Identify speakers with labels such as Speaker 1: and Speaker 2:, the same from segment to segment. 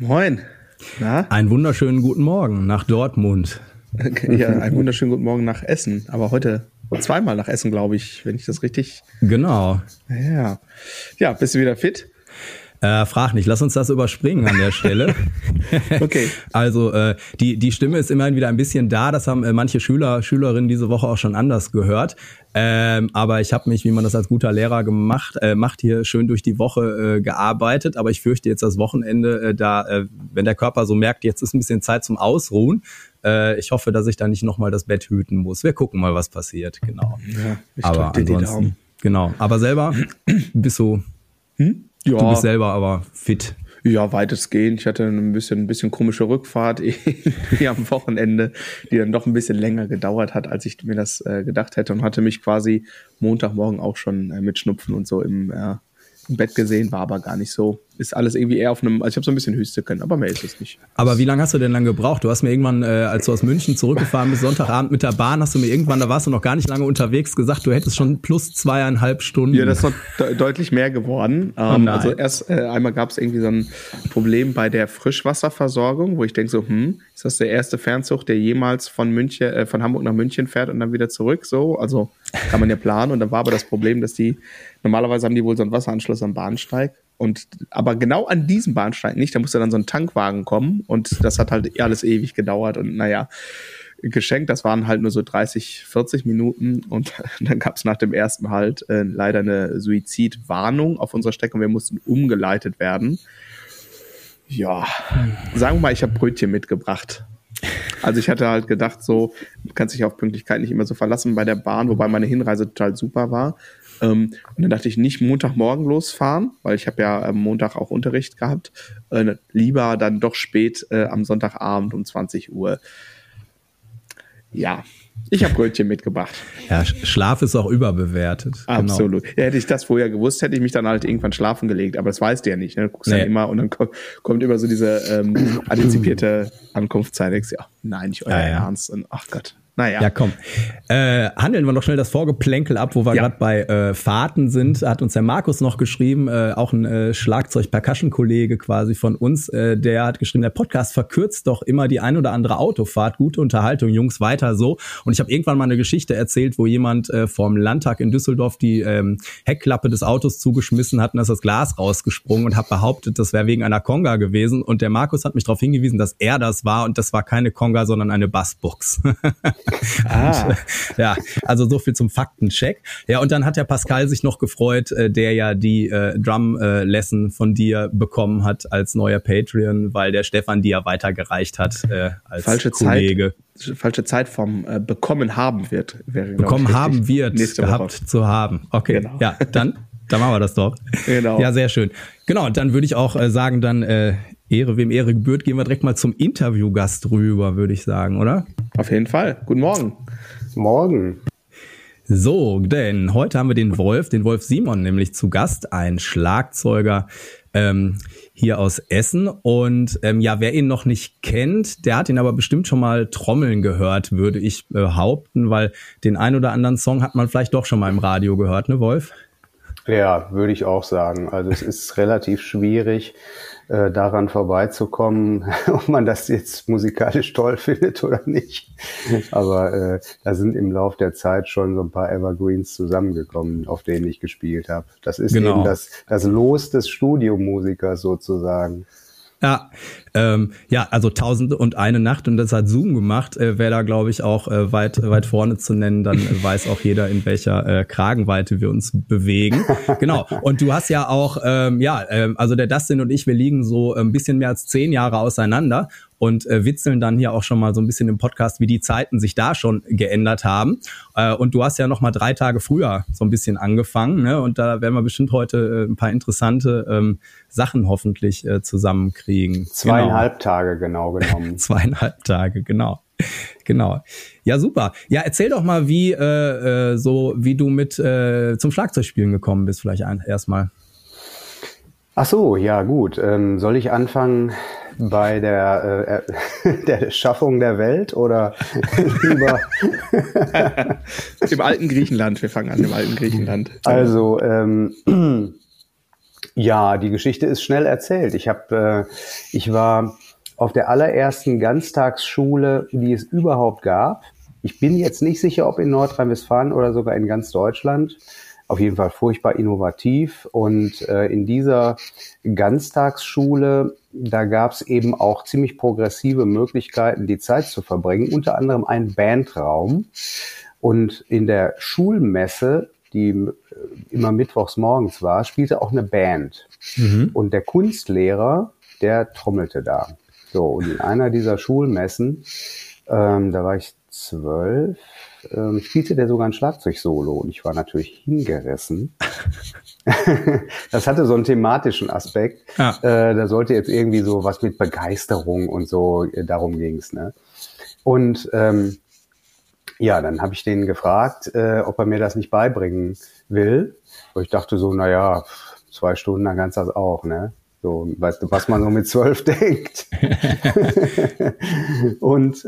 Speaker 1: Moin. Na?
Speaker 2: Einen wunderschönen guten Morgen nach Dortmund.
Speaker 1: Ja, einen wunderschönen guten Morgen nach Essen. Aber heute zweimal nach Essen, glaube ich, wenn ich das richtig...
Speaker 2: Genau.
Speaker 1: Ja, bist du wieder fit?
Speaker 2: Frag nicht, lass uns das überspringen an der Stelle.
Speaker 1: Okay.
Speaker 2: Also die Stimme ist immerhin wieder ein bisschen da, das haben manche Schülerinnen diese Woche auch schon anders gehört. Aber ich habe mich, wie man das als guter Lehrer macht, hier schön durch die Woche gearbeitet. Aber ich fürchte jetzt das Wochenende, wenn der Körper so merkt, jetzt ist ein bisschen Zeit zum Ausruhen. Ich hoffe, dass ich da nicht nochmal das Bett hüten muss. Wir gucken mal, was passiert, genau.
Speaker 1: Ja, ich
Speaker 2: aber
Speaker 1: drück dir die Daumen.
Speaker 2: Genau, aber selber bist du...
Speaker 1: Ja.
Speaker 2: Du bist selber aber fit.
Speaker 1: Ja, weitestgehend. Ich hatte ein bisschen komische Rückfahrt irgendwie am Wochenende, die dann doch ein bisschen länger gedauert hat, als ich mir das gedacht hätte, und hatte mich quasi Montagmorgen auch schon mit Schnupfen und so im Bett gesehen, war aber gar nicht so. Ist alles irgendwie eher auf einem, also ich habe so ein bisschen Hüste können, aber mehr ist es nicht.
Speaker 2: Aber wie lange hast du denn dann gebraucht? Du hast mir irgendwann, als du aus München zurückgefahren bist, Sonntagabend mit der Bahn, hast du mir irgendwann, da warst du noch gar nicht lange unterwegs, gesagt, du hättest schon plus 2,5 Stunden.
Speaker 1: Ja, das ist noch deutlich mehr geworden. Also erst einmal gab es irgendwie so ein Problem bei der Frischwasserversorgung, wo ich denke so, ist das der erste Fernzug, der jemals von Hamburg nach München fährt und dann wieder zurück? So, also kann man ja planen. Und dann war aber das Problem, dass normalerweise haben die wohl so einen Wasseranschluss am Bahnsteig. Aber genau an diesem Bahnsteig nicht, da musste dann so ein Tankwagen kommen und das hat halt alles ewig gedauert und geschenkt, das waren halt nur so 30, 40 Minuten und dann gab es nach dem ersten Halt leider eine Suizidwarnung auf unserer Strecke und wir mussten umgeleitet werden. Ja, sagen wir mal, ich habe Brötchen mitgebracht. Also ich hatte halt gedacht, so, du kannst dich auf Pünktlichkeit nicht immer so verlassen bei der Bahn, wobei meine Hinreise total super war. Und dann dachte ich, nicht Montagmorgen losfahren, weil ich habe ja am Montag auch Unterricht gehabt. Lieber dann doch spät am Sonntagabend um 20 Uhr. Ja, ich habe Brötchen mitgebracht.
Speaker 2: Ja, Schlaf ist auch überbewertet.
Speaker 1: Absolut.
Speaker 2: Genau.
Speaker 1: Ja, hätte ich das vorher gewusst, hätte ich mich dann halt irgendwann schlafen gelegt. Aber das weißt du ja nicht. Ne? Du guckst dann immer und dann kommt immer so diese antizipierte Ankunftszeit. Ja, nein, nicht euer Ernst. Und ach Gott. Naja.
Speaker 2: Ja, komm. Handeln wir noch schnell das Vorgeplänkel ab, wo wir gerade bei Fahrten sind. Hat uns der Markus noch geschrieben, auch ein Schlagzeug-Percussion-Kollege quasi von uns. Der hat geschrieben, der Podcast verkürzt doch immer die ein oder andere Autofahrt. Gute Unterhaltung, Jungs, weiter so. Und ich habe irgendwann mal eine Geschichte erzählt, wo jemand vom Landtag in Düsseldorf die Heckklappe des Autos zugeschmissen hat und ist das Glas rausgesprungen und hat behauptet, das wäre wegen einer Conga gewesen. Und der Markus hat mich darauf hingewiesen, dass er das war und das war keine Conga, sondern eine Bassbox. Und, ja, also so viel zum Faktencheck. Ja, und dann hat der Pascal sich noch gefreut, der ja die Drum-Lesson von dir bekommen hat als neuer Patreon, weil der Stefan die ja weitergereicht hat als Kollege.
Speaker 1: Falsche Zeit vom bekommen haben wird.
Speaker 2: Bekommen haben wird, gehabt zu haben. Okay, genau. Ja, dann machen wir das doch.
Speaker 1: Genau.
Speaker 2: Ja, sehr schön. Genau, und dann würde ich auch sagen, dann Ehre, wem Ehre gebührt, gehen wir direkt mal zum Interviewgast rüber, würde ich sagen, oder?
Speaker 1: Auf jeden Fall. Guten Morgen.
Speaker 3: Morgen.
Speaker 2: So, denn heute haben wir den Wolf Simon nämlich zu Gast, ein Schlagzeuger hier aus Essen. Und wer ihn noch nicht kennt, der hat ihn aber bestimmt schon mal trommeln gehört, würde ich behaupten, weil den ein oder anderen Song hat man vielleicht doch schon mal im Radio gehört, ne Wolf?
Speaker 3: Ja, würde ich auch sagen. Also es ist relativ schwierig, daran vorbeizukommen, ob man das jetzt musikalisch toll findet oder nicht. Aber da sind im Lauf der Zeit schon so ein paar Evergreens zusammengekommen, auf denen ich gespielt habe. Das ist eben das Los des Studiomusikers sozusagen.
Speaker 2: Ja, also 1001 Nacht und das hat Zoom gemacht, wäre da glaube ich auch weit vorne zu nennen, dann weiß auch jeder, in welcher Kragenweite wir uns bewegen. Genau, und du hast ja auch, also der Dustin und ich, wir liegen so ein bisschen mehr als 10 Jahre auseinander und witzeln dann hier auch schon mal so ein bisschen im Podcast, wie die Zeiten sich da schon geändert haben. Und du hast ja noch mal 3 Tage früher so ein bisschen angefangen, ne? Und da werden wir bestimmt heute ein paar interessante Sachen hoffentlich zusammenkriegen.
Speaker 3: 2,5 Tage genau genommen.
Speaker 2: 2,5 Tage, genau. Ja, super. Ja, erzähl doch mal, wie du mit zum Schlagzeugspielen gekommen bist, vielleicht erstmal.
Speaker 3: Ach so, ja gut. Soll ich anfangen bei der Schaffung der Welt oder lieber
Speaker 1: im alten Griechenland? Wir fangen an im alten Griechenland.
Speaker 3: Also Ja, die Geschichte ist schnell erzählt. Ich war auf der allerersten Ganztagsschule, die es überhaupt gab. Ich bin jetzt nicht sicher, ob in Nordrhein-Westfalen oder sogar in ganz Deutschland. Auf jeden Fall furchtbar innovativ. Und in dieser Ganztagsschule, da gab es eben auch ziemlich progressive Möglichkeiten, die Zeit zu verbringen. Unter anderem einen Bandraum. Und in der Schulmesse, die immer mittwochs morgens war, spielte auch eine Band. Mhm. Und der Kunstlehrer, der trommelte da. So, und in einer dieser Schulmessen, da war ich 12, spielte der sogar ein Schlagzeugsolo und ich war natürlich hingerissen. Das hatte so einen thematischen Aspekt. Ja. Da sollte jetzt irgendwie so was mit Begeisterung und so, darum ging's, ne? Und ja, dann habe ich den gefragt, ob er mir das nicht beibringen will. Und ich dachte so, 2 Stunden, dann kannst du das auch, ne? So, weißt du, was man so mit 12 denkt. Und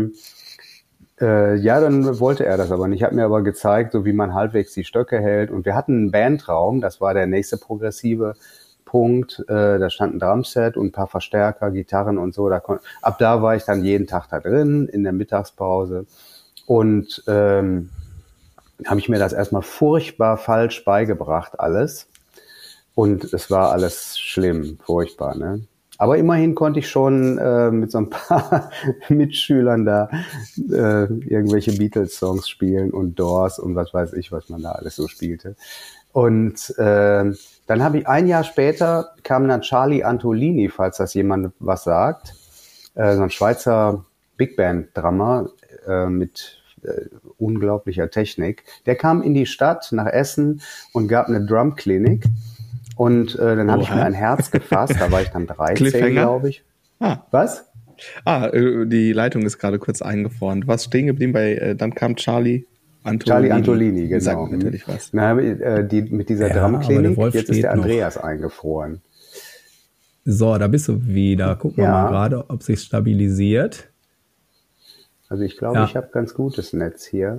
Speaker 3: ja, dann wollte er das aber nicht. Hat mir aber gezeigt, so wie man halbwegs die Stöcke hält. Und wir hatten einen Bandraum, das war der nächste progressive Punkt. Da stand ein Drumset und ein paar Verstärker, Gitarren und so. Ab da war ich dann jeden Tag da drin, in der Mittagspause. Und habe ich mir das erstmal furchtbar falsch beigebracht, alles. Und es war alles schlimm, furchtbar, ne? Aber immerhin konnte ich schon mit so ein paar Mitschülern da irgendwelche Beatles-Songs spielen und Doors und was weiß ich, was man da alles so spielte. Und dann habe ich ein Jahr später kam dann Charlie Antolini, falls das jemand was sagt, so ein Schweizer Big Band-Drummer mit unglaublicher Technik. Der kam in die Stadt nach Essen und gab eine Drumklinik. Und dann habe ich mir ein Herz gefasst, da war ich dann 13, glaube ich. Was?
Speaker 1: Die Leitung ist gerade kurz eingefroren. Du warst stehen geblieben dann kam Charlie Antolini.
Speaker 3: Charlie Antolini, genau.
Speaker 1: Sagt natürlich was.
Speaker 3: Mit dieser Drumklinik, jetzt ist der Andreas eingefroren.
Speaker 2: So, da bist du wieder. Gucken wir mal gerade, ob sich stabilisiert.
Speaker 3: Also ich glaube, ich habe ganz gutes Netz hier.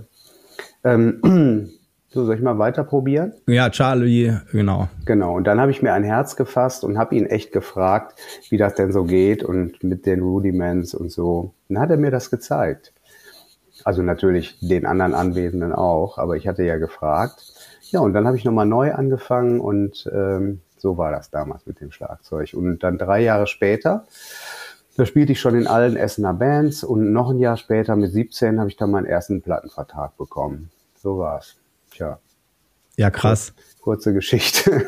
Speaker 3: So, soll ich mal weiter probieren?
Speaker 2: Ja, Charlie, genau.
Speaker 3: Genau, und dann habe ich mir ein Herz gefasst und habe ihn echt gefragt, wie das denn so geht und mit den Rudiments und so. Dann hat er mir das gezeigt. Also natürlich den anderen Anwesenden auch, aber ich hatte ja gefragt. Ja, und dann habe ich nochmal neu angefangen und so war das damals mit dem Schlagzeug. Und dann 3 Jahre später, da spielte ich schon in allen Essener Bands und noch ein Jahr später, mit 17, habe ich dann meinen ersten Plattenvertrag bekommen. So war's. Tja.
Speaker 2: Ja, krass.
Speaker 3: Kurze Geschichte.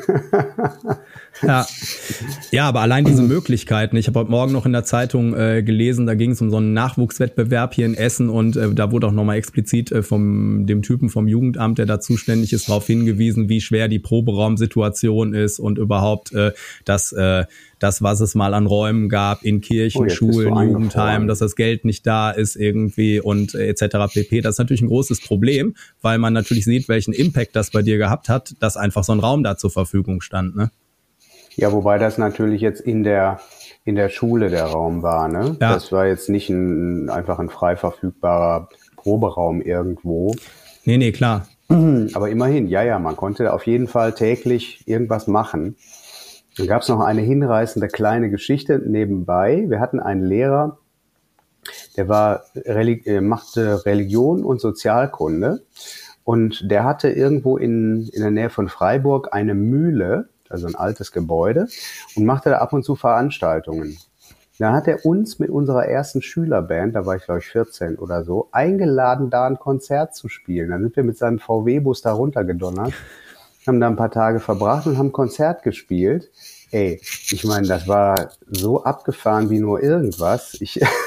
Speaker 2: Ja, aber allein diese Möglichkeiten. Ich habe heute Morgen noch in der Zeitung gelesen, da ging es um so einen Nachwuchswettbewerb hier in Essen und da wurde auch nochmal explizit von dem Typen vom Jugendamt, der da zuständig ist, darauf hingewiesen, wie schwer die Proberaumsituation ist und überhaupt das, was es mal an Räumen gab in Kirchen, Schulen, Jugendheimen, dass das Geld nicht da ist irgendwie und etc. pp. Das ist natürlich ein großes Problem, weil man natürlich sieht, welchen Impact das bei dir gehabt hat, dass einfach so ein Raum da zur Verfügung stand, ne?
Speaker 3: Ja, wobei das natürlich jetzt in der Schule der Raum war, ne? Ja. Das war jetzt nicht einfach ein frei verfügbarer Proberaum irgendwo.
Speaker 2: Nee, klar.
Speaker 3: Aber immerhin, man konnte auf jeden Fall täglich irgendwas machen. Dann gab es noch eine hinreißende kleine Geschichte nebenbei. Wir hatten einen Lehrer, der machte Religion und Sozialkunde und der hatte irgendwo in der Nähe von Freiburg eine Mühle, also ein altes Gebäude, und machte da ab und zu Veranstaltungen. Dann hat er uns mit unserer ersten Schülerband, da war ich glaube ich 14 oder so, eingeladen, da ein Konzert zu spielen. Dann sind wir mit seinem VW-Bus da runtergedonnert, haben da ein paar Tage verbracht und haben ein Konzert gespielt. Ey, ich meine, das war so abgefahren wie nur irgendwas.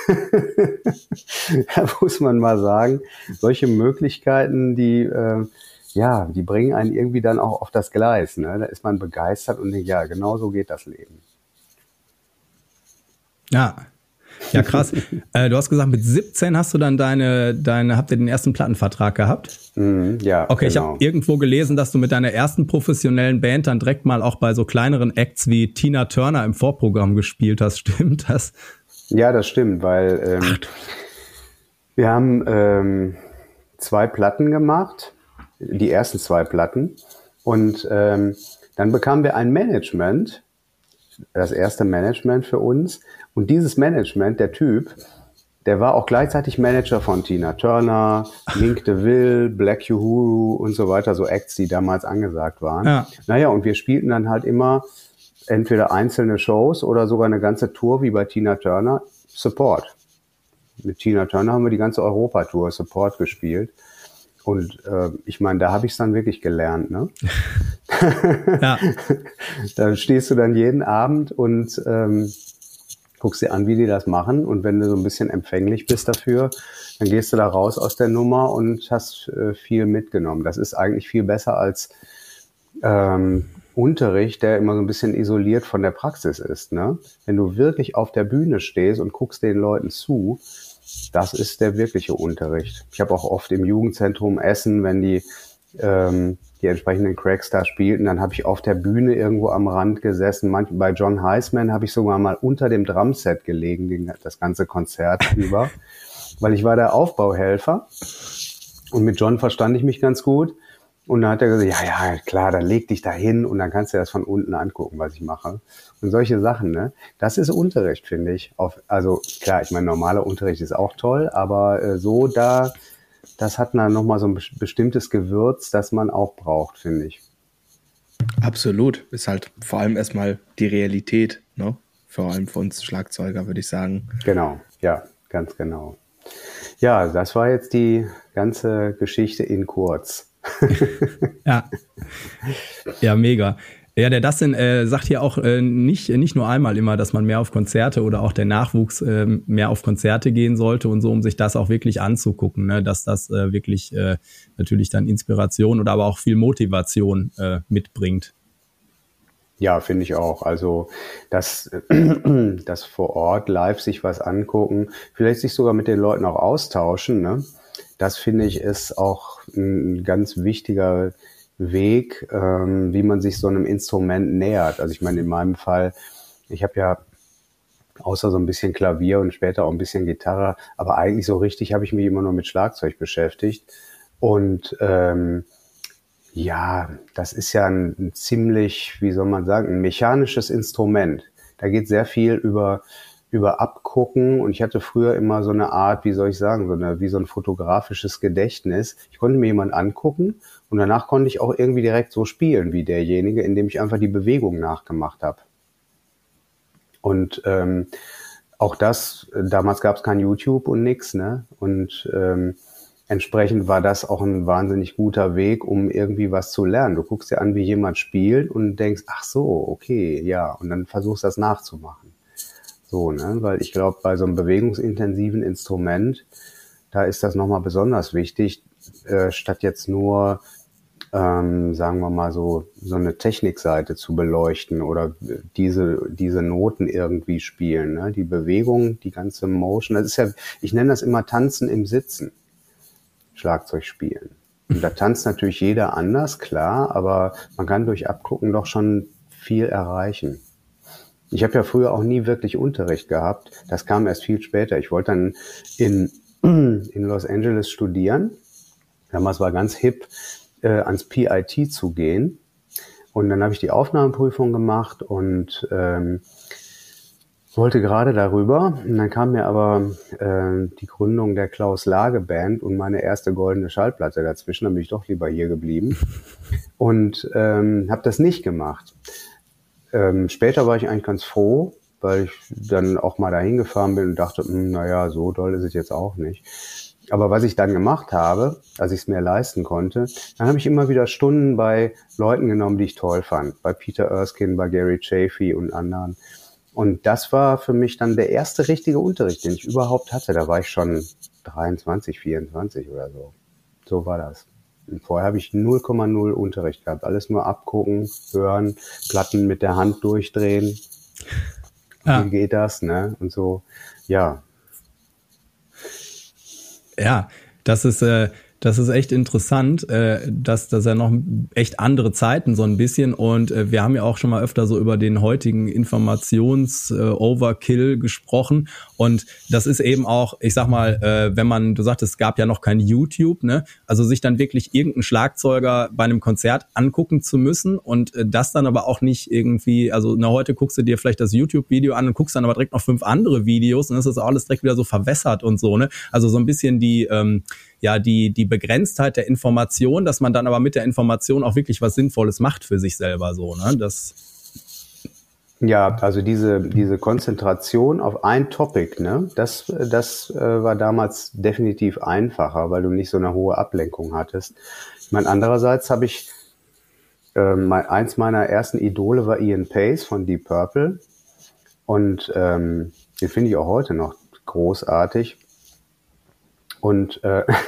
Speaker 3: Da muss man mal sagen, solche Möglichkeiten, die bringen einen irgendwie dann auch auf das Gleis, ne? Da ist man begeistert und denkt, ja, genau so geht das Leben.
Speaker 2: Ja, krass. Du hast gesagt, mit 17 hast du dann habt ihr den ersten Plattenvertrag gehabt?
Speaker 3: Ja,
Speaker 2: okay,
Speaker 3: genau.
Speaker 2: Ich habe irgendwo gelesen, dass du mit deiner ersten professionellen Band dann direkt mal auch bei so kleineren Acts wie Tina Turner im Vorprogramm gespielt hast. Stimmt das?
Speaker 3: Ja, das stimmt, weil wir haben 2 Platten gemacht, die ersten 2 Platten. Und Dann bekamen wir ein Management, das erste Management für uns. Und dieses Management, der Typ, der war auch gleichzeitig Manager von Tina Turner, Mink DeVille, Black Uhuru und so weiter, so Acts, die damals angesagt waren. Ja. Naja, und wir spielten dann halt immer entweder einzelne Shows oder sogar eine ganze Tour wie bei Tina Turner, Support. Mit Tina Turner haben wir die ganze Europa-Tour Support gespielt. Und ich meine, da habe ich es dann wirklich gelernt, ne? Ja. Da stehst du dann jeden Abend und guckst dir an, wie die das machen. Und wenn du so ein bisschen empfänglich bist dafür, dann gehst du da raus aus der Nummer und hast viel mitgenommen. Das ist eigentlich viel besser als Unterricht, der immer so ein bisschen isoliert von der Praxis ist, ne? Wenn du wirklich auf der Bühne stehst und guckst den Leuten zu, das ist der wirkliche Unterricht. Ich habe auch oft im Jugendzentrum Essen, wenn die entsprechenden Cracks da spielten, dann habe ich auf der Bühne irgendwo am Rand gesessen. Bei John Heisman habe ich sogar mal unter dem Drumset gelegen, das ganze Konzert über, weil ich war der Aufbauhelfer und mit John verstand ich mich ganz gut. Und dann hat er gesagt, ja, klar, dann leg dich da hin und dann kannst du das von unten angucken, was ich mache. Und solche Sachen, ne? Das ist Unterricht, finde ich. Also klar, ich meine, normaler Unterricht ist auch toll, aber das hat dann nochmal so ein bestimmtes Gewürz, das man auch braucht, finde ich.
Speaker 1: Absolut. Ist halt vor allem erstmal die Realität, ne? Vor allem für uns Schlagzeuger, würde ich sagen.
Speaker 3: Genau, ja, ganz genau. Ja, das war jetzt die ganze Geschichte in kurz.
Speaker 2: Ja, mega. Ja, der Dustin sagt hier auch nicht nur einmal immer, dass man mehr auf Konzerte oder auch der Nachwuchs mehr auf Konzerte gehen sollte und so, um sich das auch wirklich anzugucken, ne? Dass das wirklich natürlich dann Inspiration oder aber auch viel Motivation mitbringt.
Speaker 3: Ja, finde ich auch. Also das vor Ort live sich was angucken, vielleicht sich sogar mit den Leuten auch austauschen, ne? Das finde ich ist auch ein ganz wichtiger Weg, wie man sich so einem Instrument nähert. Also ich meine, in meinem Fall, ich habe ja außer so ein bisschen Klavier und später auch ein bisschen Gitarre, aber eigentlich so richtig habe ich mich immer nur mit Schlagzeug beschäftigt. Und ja, das ist ja ein ziemlich, wie soll man sagen, ein mechanisches Instrument. Da geht sehr viel über Abgucken und ich hatte früher immer so eine Art, wie soll ich sagen, wie so ein fotografisches Gedächtnis. Ich konnte mir jemanden angucken und danach konnte ich auch irgendwie direkt so spielen wie derjenige, indem ich einfach die Bewegung nachgemacht habe. Und auch das, damals gab es kein YouTube und nix, ne? Und entsprechend war das auch ein wahnsinnig guter Weg, um irgendwie was zu lernen. Du guckst dir an, wie jemand spielt und denkst, ach so, okay, ja, und dann versuchst das nachzumachen. So, ne? Weil ich glaube, bei so einem bewegungsintensiven Instrument, da ist das nochmal besonders wichtig, statt jetzt nur, sagen wir mal so eine Technikseite zu beleuchten oder diese Noten irgendwie spielen, ne? Die Bewegung, die ganze Motion, das ist ja, ich nenne das immer Tanzen im Sitzen, Schlagzeug spielen. Und da tanzt natürlich jeder anders, klar, aber man kann durch Abgucken doch schon viel erreichen. Ich habe ja früher auch nie wirklich Unterricht gehabt. Das kam erst viel später. Ich wollte dann in Los Angeles studieren. Damals war ganz hip, ans PIT zu gehen. Und dann habe ich die Aufnahmeprüfung gemacht und wollte gerade darüber. Und dann kam mir aber die Gründung der Klaus Lage Band und meine erste goldene Schallplatte dazwischen. Dann bin ich doch lieber hier geblieben und habe das nicht gemacht. Später war ich eigentlich ganz froh, weil ich dann auch mal dahin gefahren bin und dachte, naja, so doll ist es jetzt auch nicht. Aber was ich dann gemacht habe, als ich es mir leisten konnte, dann habe ich immer wieder Stunden bei Leuten genommen, die ich toll fand. Bei Peter Erskine, bei Gary Chaffee und anderen. Und das war für mich dann der erste richtige Unterricht, den ich überhaupt hatte. Da war ich schon 23, 24 oder so. So war das. Und vorher habe ich 0,0 Unterricht gehabt. Alles nur abgucken, hören, Platten mit der Hand durchdrehen. Wie geht das, ne? Und so, ja.
Speaker 2: Ja, das ist Das ist echt interessant, dass das ja noch echt andere Zeiten so ein bisschen und wir haben ja auch schon mal öfter so über den heutigen Informations-Overkill gesprochen und das ist eben auch, ich sag mal, wenn man, du sagtest, es gab ja noch kein YouTube, ne, also sich dann wirklich irgendeinen Schlagzeuger bei einem Konzert angucken zu müssen und das dann aber auch nicht irgendwie, also heute guckst du dir vielleicht das YouTube-Video an und guckst dann aber direkt noch 5 andere Videos und das ist alles direkt wieder so verwässert und so, ne, also so ein bisschen die Begrenztheit der Information, dass man dann aber mit der Information auch wirklich was Sinnvolles macht für sich selber so, ne?
Speaker 3: Ja, also diese Konzentration auf ein Topic, ne, das war damals definitiv einfacher, weil du nicht so eine hohe Ablenkung hattest. Ich meine, andererseits habe ich eins meiner ersten Idole war Ian Pace von Deep Purple und den finde ich auch heute noch großartig. Und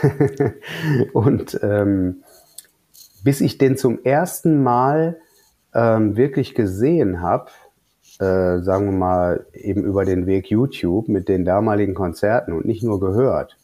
Speaker 3: bis ich den zum ersten Mal wirklich gesehen habe, sagen wir mal eben über den Weg YouTube mit den damaligen Konzerten und nicht nur gehört,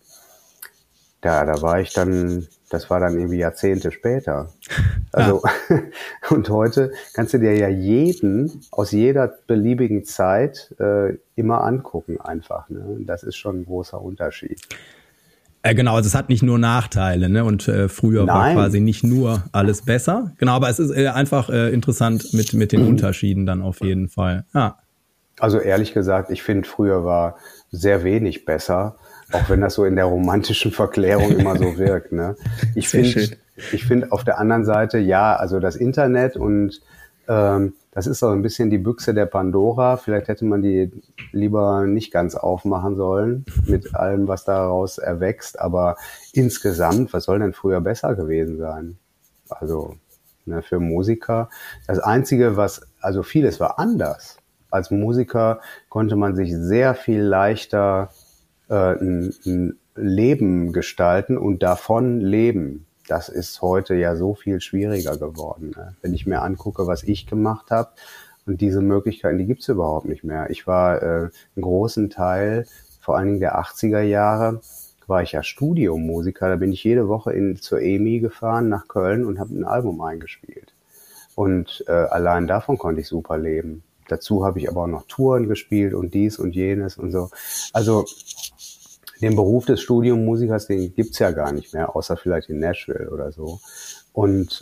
Speaker 3: da war ich dann, das war dann irgendwie Jahrzehnte später. Also und heute kannst du dir ja jeden aus jeder beliebigen Zeit immer angucken einfach. Ne? Das ist schon ein großer Unterschied.
Speaker 2: Genau, also es hat nicht nur Nachteile, ne? Und früher war quasi nicht nur alles besser. Genau, aber es ist einfach interessant mit den Unterschieden dann auf jeden Fall. Ja.
Speaker 3: Also ehrlich gesagt, ich finde, früher war sehr wenig besser, auch wenn das so in der romantischen Verklärung immer so wirkt. Ne? Ich finde auf der anderen Seite, ja, also das Internet und das ist so ein bisschen die Büchse der Pandora. Vielleicht hätte man die lieber nicht ganz aufmachen sollen mit allem, was daraus erwächst. Aber insgesamt, was soll denn früher besser gewesen sein? Also ne, für Musiker. Das Einzige, also vieles war anders. Als Musiker konnte man sich sehr viel leichter ein Leben gestalten und davon leben. Das ist heute ja so viel schwieriger geworden. Ne? Wenn ich mir angucke, was ich gemacht habe, und diese Möglichkeiten, die gibt's überhaupt nicht mehr. Ich war einen großen Teil, vor allen Dingen der 80er Jahre, war ich ja Studiomusiker. Da bin ich jede Woche zur EMI gefahren nach Köln und habe ein Album eingespielt. Und allein davon konnte ich super leben. Dazu habe ich aber auch noch Touren gespielt und dies und jenes und so. Also den Beruf des Studiomusikers, den gibt's ja gar nicht mehr, außer vielleicht in Nashville oder so. Und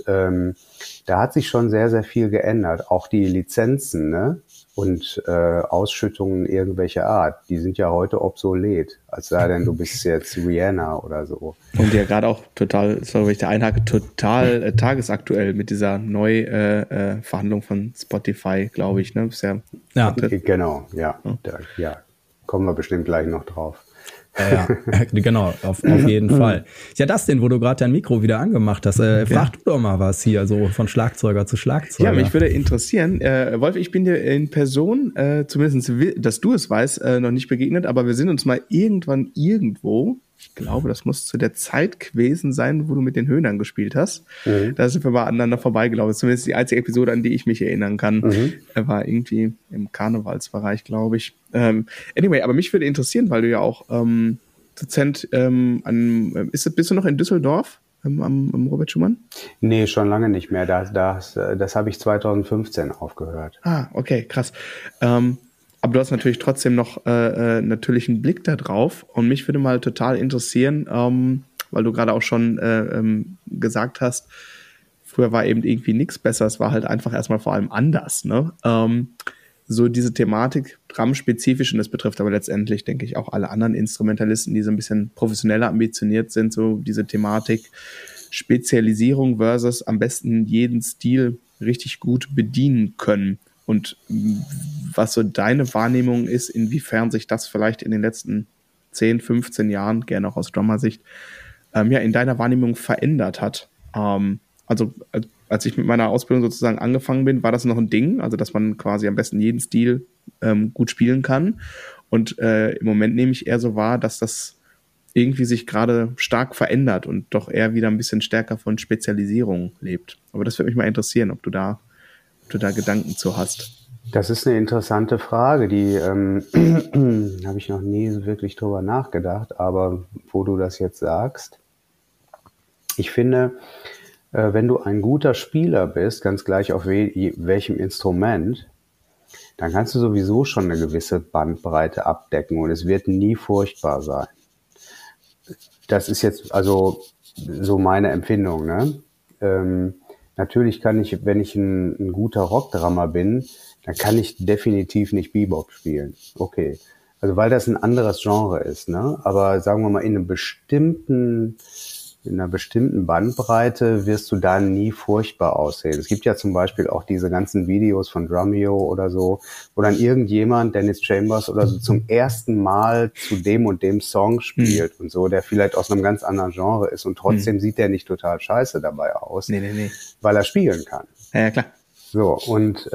Speaker 3: da hat sich schon sehr, sehr viel geändert. Auch die Lizenzen, ne? Und Ausschüttungen irgendwelcher Art, die sind ja heute obsolet. Als sei denn, du bist jetzt Rihanna oder so.
Speaker 1: Und ja gerade auch total, sorry, wenn ich da einhake, total tagesaktuell mit dieser Neuverhandlung von Spotify, glaube ich. Ne?
Speaker 3: Ja. Genau, ja. Ja. Kommen wir bestimmt gleich noch drauf.
Speaker 2: Ja, genau, auf jeden Fall. Ja, das denn, wo du gerade dein Mikro wieder angemacht hast. Frag du doch mal was hier, so von Schlagzeuger zu Schlagzeuger.
Speaker 1: Ja, mich würde interessieren, Wolf, ich bin dir in Person, zumindest, dass du es weißt, noch nicht begegnet, aber wir sind uns mal irgendwann irgendwo, ich glaube, das muss zu der Zeit gewesen sein, wo du mit den Höhnern gespielt hast. Mhm. Da sind wir mal aneinander vorbeigelaufen. Zumindest die einzige Episode, an die ich mich erinnern kann, war irgendwie im Karnevalsbereich, glaube ich. Anyway, aber mich würde interessieren, weil du ja auch Dozent bist du noch in Düsseldorf am Robert Schumann?
Speaker 3: Nee, schon lange nicht mehr. Das habe ich 2015 aufgehört.
Speaker 1: Ah, okay, krass. Aber du hast natürlich trotzdem noch natürlich einen Blick da drauf. Und mich würde mal total interessieren, weil du gerade auch schon gesagt hast, früher war eben irgendwie nichts besser. Es war halt einfach erstmal vor allem anders, ne? So diese Thematik, Drum-spezifisch, und das betrifft aber letztendlich, denke ich, auch alle anderen Instrumentalisten, die so ein bisschen professioneller ambitioniert sind, so diese Thematik Spezialisierung versus am besten jeden Stil richtig gut bedienen können. Und was so deine Wahrnehmung ist, inwiefern sich das vielleicht in den letzten 10, 15 Jahren, gerne auch aus Drummer-Sicht, in deiner Wahrnehmung verändert hat. Also als ich mit meiner Ausbildung sozusagen angefangen bin, war das noch ein Ding, also dass man quasi am besten jeden Stil gut spielen kann. Und im Moment nehme ich eher so wahr, dass das irgendwie sich gerade stark verändert und doch eher wieder ein bisschen stärker von Spezialisierung lebt. Aber das würde mich mal interessieren, ob du da Gedanken zu hast.
Speaker 3: Das ist eine interessante Frage, die habe ich noch nie so wirklich drüber nachgedacht, aber wo du das jetzt sagst, Ich finde, wenn du ein guter Spieler bist, ganz gleich auf welchem Instrument, dann kannst du sowieso schon eine gewisse Bandbreite abdecken und es wird nie furchtbar sein. Das ist jetzt also so meine Empfindung, ne? Natürlich kann ich, wenn ich ein guter Rockdrummer bin, dann kann ich definitiv nicht Bebop spielen. Okay. Also weil das ein anderes Genre ist, ne? Aber sagen wir mal, in einer bestimmten Bandbreite wirst du da nie furchtbar aussehen. Es gibt ja zum Beispiel auch diese ganzen Videos von Drumeo oder so, wo dann irgendjemand, Dennis Chambers oder so, zum ersten Mal zu dem und dem Song spielt und so, der vielleicht aus einem ganz anderen Genre ist und trotzdem sieht der nicht total scheiße dabei aus,
Speaker 1: Nee.
Speaker 3: weil er spielen kann.
Speaker 1: Ja, klar.
Speaker 3: So, und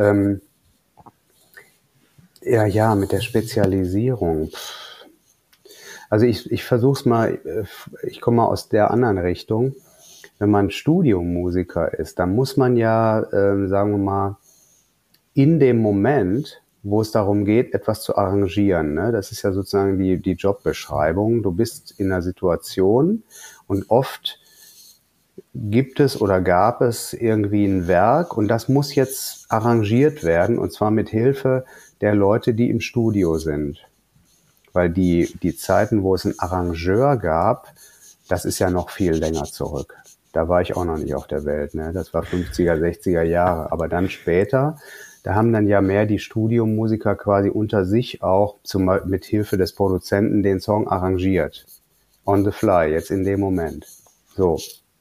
Speaker 3: ja, mit der Spezialisierung. Also ich versuch's mal, ich komme mal aus der anderen Richtung. Wenn man Studiomusiker ist, dann muss man ja, sagen wir mal, in dem Moment, wo es darum geht, etwas zu arrangieren, ne? Das ist ja sozusagen die Jobbeschreibung. Du bist in einer Situation und oft gibt es oder gab es irgendwie ein Werk und das muss jetzt arrangiert werden und zwar mit Hilfe der Leute, die im Studio sind. Weil die Zeiten, wo es einen Arrangeur gab, das ist ja noch viel länger zurück. Da war ich auch noch nicht auf der Welt, ne? Das war 50er, 60er Jahre. Aber dann später, da haben dann ja mehr die Studiomusiker quasi unter sich auch mit Hilfe des Produzenten den Song arrangiert. On the fly, jetzt in dem Moment. So.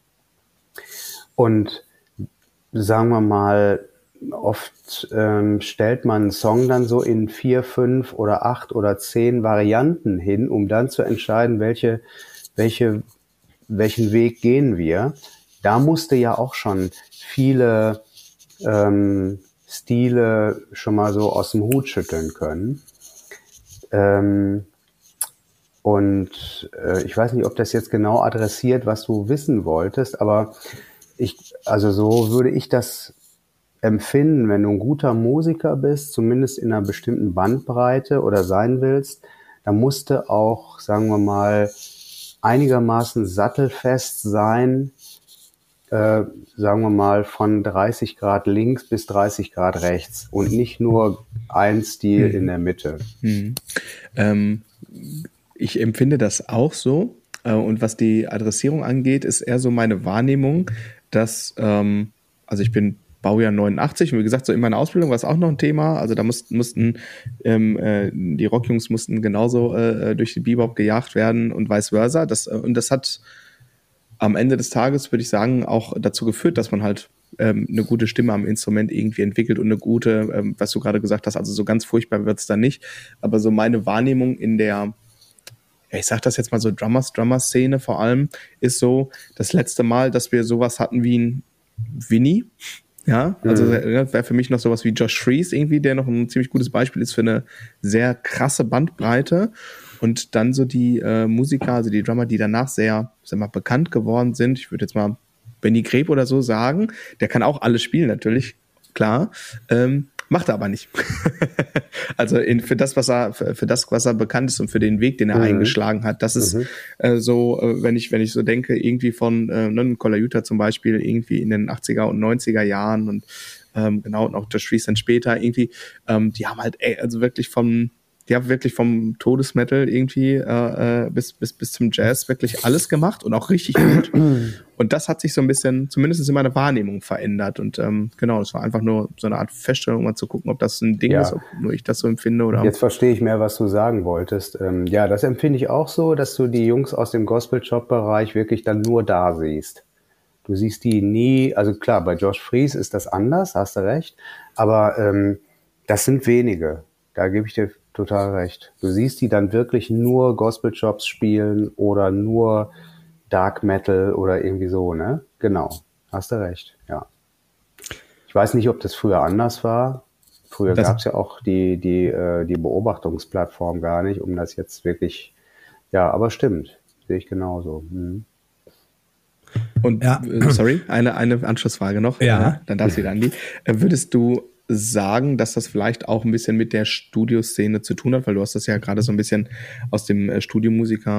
Speaker 3: Und sagen wir mal, oft stellt man einen Song dann so in 4, 5 oder 8 oder 10 Varianten hin, um dann zu entscheiden, welchen Weg gehen wir. Da musste ja auch schon viele Stile schon mal so aus dem Hut schütteln können. Ich weiß nicht, ob das jetzt genau adressiert, was du wissen wolltest, aber also so würde ich das empfinden, wenn du ein guter Musiker bist, zumindest in einer bestimmten Bandbreite oder sein willst, dann musst du auch, sagen wir mal, einigermaßen sattelfest sein, sagen wir mal, von 30 Grad links bis 30 Grad rechts und nicht nur ein Stil in der Mitte.
Speaker 1: Ich empfinde das auch so. Und was die Adressierung angeht, ist eher so meine Wahrnehmung, dass, also ich bin Baujahr 89 und wie gesagt, so in meiner Ausbildung war es auch noch ein Thema. Also da mussten die Rockjungs mussten genauso durch die Bebop gejagt werden und vice versa. Und das hat am Ende des Tages, würde ich sagen, auch dazu geführt, dass man halt eine gute Stimme am Instrument irgendwie entwickelt und eine gute, was du gerade gesagt hast, also so ganz furchtbar wird es dann nicht. Aber so meine Wahrnehmung in der, ja, ich sag das jetzt mal so, Drummer-Szene vor allem, ist so, das letzte Mal, dass wir sowas hatten wie ein Winnie. Ja, also wäre für mich noch sowas wie Josh Freese irgendwie, der noch ein ziemlich gutes Beispiel ist für eine sehr krasse Bandbreite. Und dann so die Musiker, also die Drummer, die danach sehr, sag mal, bekannt geworden sind. Ich würde jetzt mal Benny Greb oder so sagen. Der kann auch alles spielen natürlich, klar. Macht er aber nicht. Also für das, was er bekannt ist und für den Weg, den er eingeschlagen hat. Das ist so, wenn ich so denke, irgendwie von Kola Yuta zum Beispiel, irgendwie in den 80er und 90er Jahren und genau, und auch Josh Freese dann später irgendwie, die haben halt also wirklich vom Todesmetal irgendwie bis zum Jazz wirklich alles gemacht und auch richtig gut. Und das hat sich so ein bisschen, zumindest in meiner Wahrnehmung, verändert. Und genau, das war einfach nur so eine Art Feststellung, mal zu gucken, ob das ein Ding ist, ob nur ich das so empfinde. Oder
Speaker 3: jetzt verstehe ich mehr, was du sagen wolltest. Ja, das empfinde ich auch so, dass du die Jungs aus dem Gospel-Shop-Bereich wirklich dann nur da siehst. Du siehst die nie, also klar, bei Josh Freese ist das anders, hast du recht, aber das sind wenige. Da gebe ich dir total recht. Du siehst die dann wirklich nur Gospel-Shops spielen oder nur Dark Metal oder irgendwie so, ne? Genau. Hast du recht, ja. Ich weiß nicht, ob das früher anders war. Früher gab es ja auch die Beobachtungsplattform gar nicht, um das jetzt wirklich, ja, aber stimmt. Sehe ich genauso.
Speaker 1: Und, sorry, eine Anschlussfrage noch.
Speaker 2: Ja.
Speaker 1: Dann darfst du wieder, Andi. Würdest du sagen, dass das vielleicht auch ein bisschen mit der Studioszene zu tun hat, weil du hast das ja gerade so ein bisschen aus dem Studiomusiker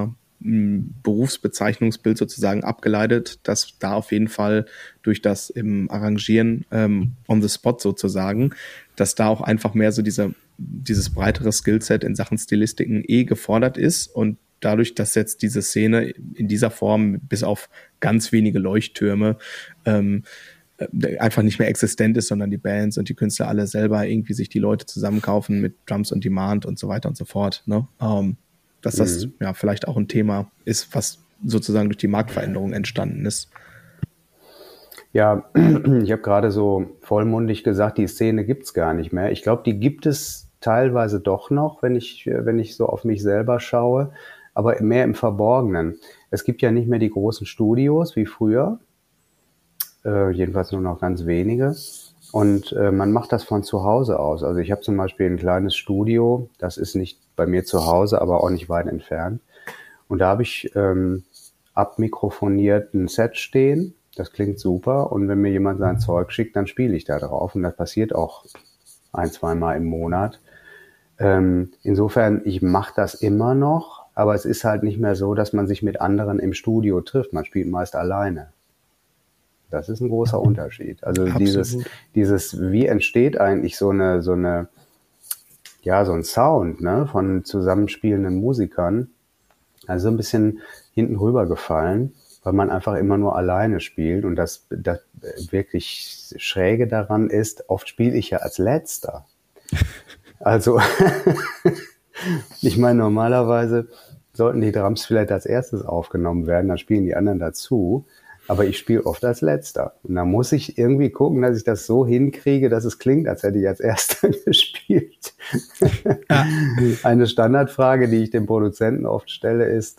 Speaker 1: Berufsbezeichnungsbild sozusagen abgeleitet, dass da auf jeden Fall durch das im Arrangieren on the spot sozusagen, dass da auch einfach mehr so dieses breitere Skillset in Sachen Stilistiken gefordert ist und dadurch, dass jetzt diese Szene in dieser Form bis auf ganz wenige Leuchttürme einfach nicht mehr existent ist, sondern die Bands und die Künstler alle selber irgendwie sich die Leute zusammenkaufen mit Drums on Demand und so weiter und so fort, ne? Dass das ja vielleicht auch ein Thema ist, was sozusagen durch die Marktveränderung entstanden ist.
Speaker 3: Ja, ich habe gerade so vollmundig gesagt, die Szene gibt's gar nicht mehr. Ich glaube, die gibt es teilweise doch noch, wenn ich so auf mich selber schaue, aber mehr im Verborgenen. Es gibt ja nicht mehr die großen Studios wie früher, jedenfalls nur noch ganz wenige. Und man macht das von zu Hause aus. Also ich habe zum Beispiel ein kleines Studio, das ist nicht bei mir zu Hause, aber auch nicht weit entfernt. Und da habe ich abmikrofoniert ein Set stehen. Das klingt super. Und wenn mir jemand sein Zeug schickt, dann spiele ich da drauf. Und das passiert auch 1-2 Mal im Monat. Insofern, ich mache das immer noch, aber es ist halt nicht mehr so, dass man sich mit anderen im Studio trifft. Man spielt meist alleine. Das ist ein großer Unterschied. Also dieses, wie entsteht eigentlich so ein Sound, ne, von zusammenspielenden Musikern, also ein bisschen hinten rübergefallen, weil man einfach immer nur alleine spielt. Und das wirklich Schräge daran ist, oft spiele ich ja als Letzter. Also, ich meine, normalerweise sollten die Drums vielleicht als erstes aufgenommen werden, dann spielen die anderen dazu. Aber ich spiele oft als Letzter. Und da muss ich irgendwie gucken, dass ich das so hinkriege, dass es klingt, als hätte ich als Erster gespielt. Ja. Eine Standardfrage, die ich dem Produzenten oft stelle, ist,